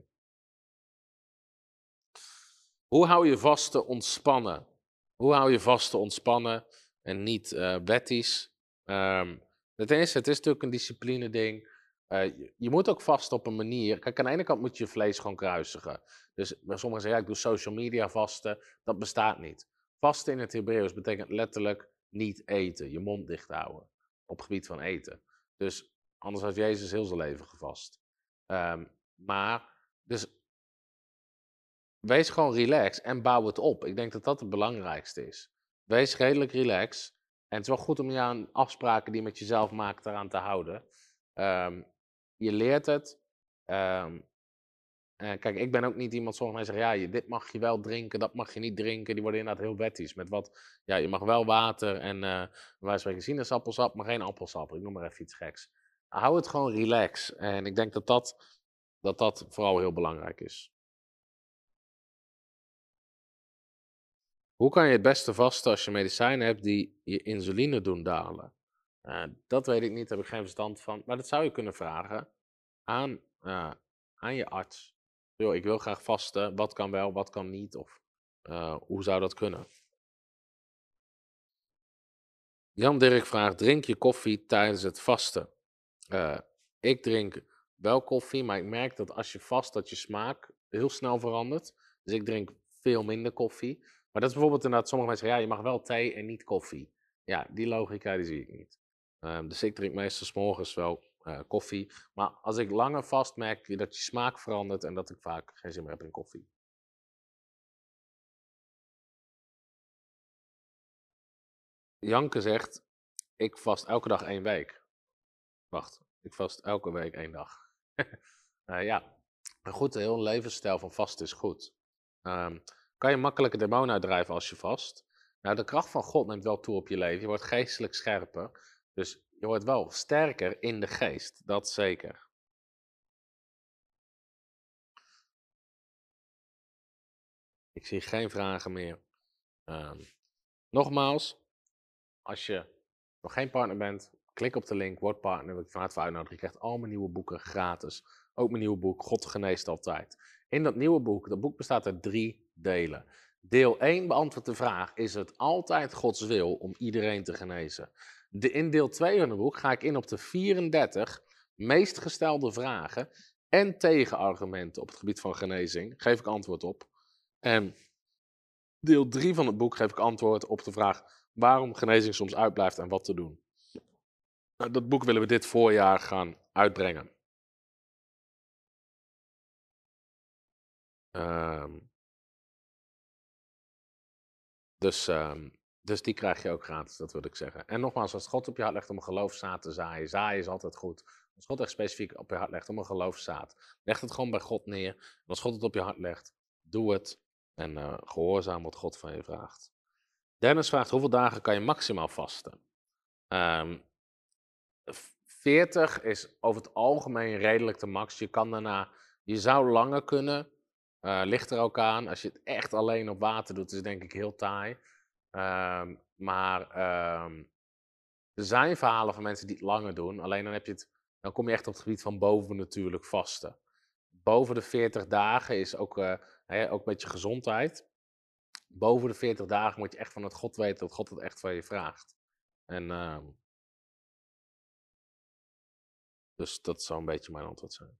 Hoe hou je vast te ontspannen? Hoe hou je vast te ontspannen en niet uh, wettisch? Um, het, is, het is natuurlijk een discipline ding. Uh, je, je moet ook vast op een manier. Kijk, aan de ene kant moet je je vlees gewoon kruisigen. Dus sommigen zeggen, ja, ik doe social media vasten. Dat bestaat niet. Vasten in het Hebreeuws betekent letterlijk niet eten. Je mond dicht houden. Op het gebied van eten. Dus anders had Jezus heel zijn leven gevast. Um, maar, dus wees gewoon relaxed en bouw het op. Ik denk dat dat het belangrijkste is. Wees redelijk relaxed. En het is wel goed om je aan afspraken die je met jezelf maakt eraan te houden. Um, je leert het. Um, en kijk, ik ben ook niet iemand, sommige mensen zeggen, ja, dit mag je wel drinken, dat mag je niet drinken. Die worden inderdaad heel wettisch. Met wat, ja, je mag wel water en uh, wij spreken sinaasappelsap, maar geen appelsap. Ik noem maar even iets geks. Hou het gewoon relax. En ik denk dat dat, dat, dat vooral heel belangrijk is. Hoe kan je het beste vasten als je medicijnen hebt die je insuline doen dalen? Uh, dat weet ik niet, daar heb ik geen verstand van. Maar dat zou je kunnen vragen aan, uh, aan je arts. Yo, ik wil graag vasten, wat kan wel, wat kan niet? Of uh, hoe zou dat kunnen? Jan Dirk vraagt, drink je koffie tijdens het vasten? Uh, ik drink wel koffie, maar ik merk dat als je vast, dat je smaak heel snel verandert. Dus ik drink veel minder koffie. Maar dat is bijvoorbeeld inderdaad, sommige mensen zeggen, ja, je mag wel thee en niet koffie. Ja, die logica, die zie ik niet. Um, dus ik drink meestal 's morgens wel uh, koffie. Maar als ik langer vast, merk je dat je smaak verandert en dat ik vaak geen zin meer heb in koffie. Janke zegt, ik vast elke dag één week. Wacht, ik vast elke week één dag. uh, ja, een goed heel levensstijl van vast is goed. Um, kan je makkelijker demonen uitdrijven als je vast? Nou, de kracht van God neemt wel toe op je leven. Je wordt geestelijk scherper. Dus je wordt wel sterker in de geest. Dat zeker. Ik zie geen vragen meer. Um, nogmaals, als je nog geen partner bent, klik op de link, word partner. Wil ik van harte uitnodigen. Je krijgt al mijn nieuwe boeken gratis. Ook mijn nieuwe boek, God geneest altijd. In dat nieuwe boek, dat boek bestaat uit drie delen. Deel één beantwoordt de vraag, is het altijd Gods wil om iedereen te genezen? De, in deel twee van het boek ga ik in op de vierendertig meest gestelde vragen en tegenargumenten op het gebied van genezing. Geef ik antwoord op. En deel drie van het boek geef ik antwoord op de vraag waarom genezing soms uitblijft en wat te doen. Nou, dat boek willen we dit voorjaar gaan uitbrengen. Um, dus, um, dus die krijg je ook gratis, dat wil ik zeggen. En nogmaals, als God op je hart legt om een geloofszaad te zaaien, zaaien is altijd goed. Als God echt specifiek op je hart legt om een geloofszaad, leg het gewoon bij God neer. En als God het op je hart legt, doe het en uh, gehoorzaam wat God van je vraagt. Dennis vraagt, hoeveel dagen kan je maximaal vasten? Um, veertig is over het algemeen redelijk de max. Je kan daarna, je zou langer kunnen, uh, ligt er ook aan. Als je het echt alleen op water doet, is het denk ik heel taai. Um, maar um, er zijn verhalen van mensen die het langer doen. Alleen dan, heb je het, dan kom je echt op het gebied van bovennatuurlijk vasten. Boven de veertig dagen is ook, uh, he, ook een beetje gezondheid. Boven de veertig dagen moet je echt van het God weten dat God het echt van je vraagt. En uh, dus dat zou een beetje mijn antwoord zijn.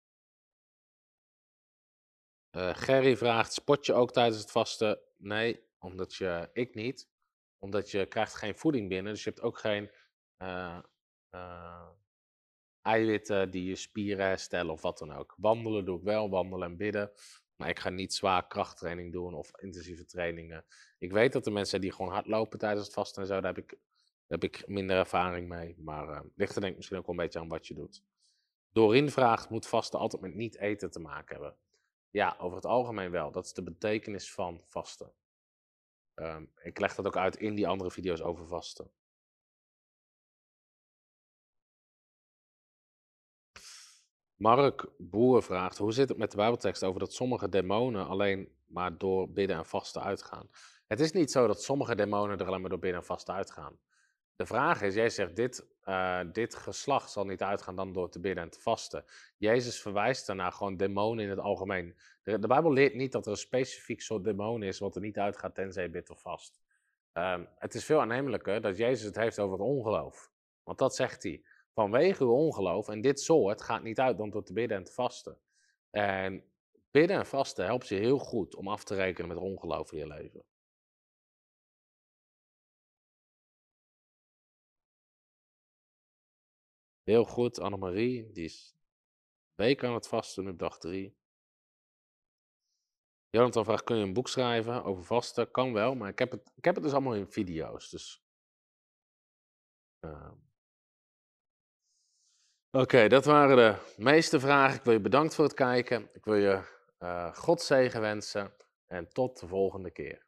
Uh, Gerry vraagt, sport je ook tijdens het vasten? Nee, omdat je, ik niet. Omdat je krijgt geen voeding binnen, dus je hebt ook geen uh, uh, eiwitten die je spieren herstellen of wat dan ook. Wandelen doe ik wel, wandelen en bidden. Maar ik ga niet zwaar krachttraining doen of intensieve trainingen. Ik weet dat er mensen zijn die gewoon hardlopen tijdens het vasten en zo. Daar heb ik, daar heb ik minder ervaring mee. Maar uh, ligt er denk ik misschien ook wel een beetje aan wat je doet. Doreen vraagt, moet vasten altijd met niet eten te maken hebben? Ja, over het algemeen wel. Dat is de betekenis van vasten. Um, ik leg dat ook uit in die andere video's over vasten. Mark Boer vraagt, hoe zit het met de Bijbeltekst over dat sommige demonen alleen maar door bidden en vasten uitgaan? Het is niet zo dat sommige demonen er alleen maar door bidden en vasten uitgaan. De vraag is, jij zegt, dit, uh, dit geslacht zal niet uitgaan dan door te bidden en te vasten. Jezus verwijst daarna gewoon demonen in het algemeen. De, de Bijbel leert niet dat er een specifiek soort demon is wat er niet uitgaat tenzij je bidt of vast. Um, het is veel aannemelijker dat Jezus het heeft over het ongeloof. Want dat zegt hij. Vanwege uw ongeloof, en dit soort gaat niet uit dan door te bidden en te vasten. En bidden en vasten helpt je heel goed om af te rekenen met ongeloof in je leven. Heel goed, Annemarie, die is week aan het vasten op dag drie. Jonathan vraagt, kun je een boek schrijven over vasten? Kan wel, maar ik heb het, ik heb het dus allemaal in video's. Dus... Uh... Oké, okay, dat waren de meeste vragen. Ik wil je bedankt voor het kijken. Ik wil je uh, God zegen wensen. En tot de volgende keer.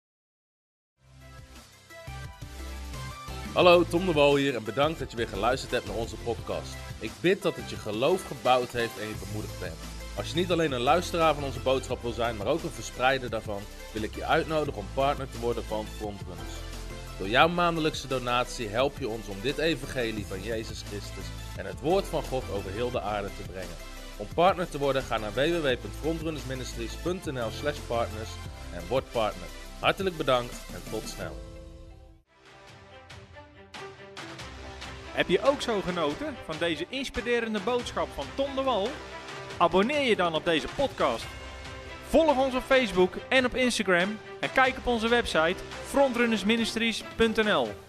Hallo, Tom de Wol hier en bedankt dat je weer geluisterd hebt naar onze podcast. Ik bid dat het je geloof gebouwd heeft en je bemoedigd bent. Als je niet alleen een luisteraar van onze boodschap wil zijn, maar ook een verspreider daarvan, wil ik je uitnodigen om partner te worden van Frontrunners. Door jouw maandelijkse donatie help je ons om dit evangelie van Jezus Christus en het woord van God over heel de aarde te brengen. Om partner te worden, ga naar w w w punt frontrunnersministries punt n l slash partners en word partner. Hartelijk bedankt en tot snel. Heb je ook zo genoten van deze inspirerende boodschap van Tom de Wal? Abonneer je dan op deze podcast. Volg ons op Facebook en op Instagram en kijk op onze website frontrunnersministries punt n l.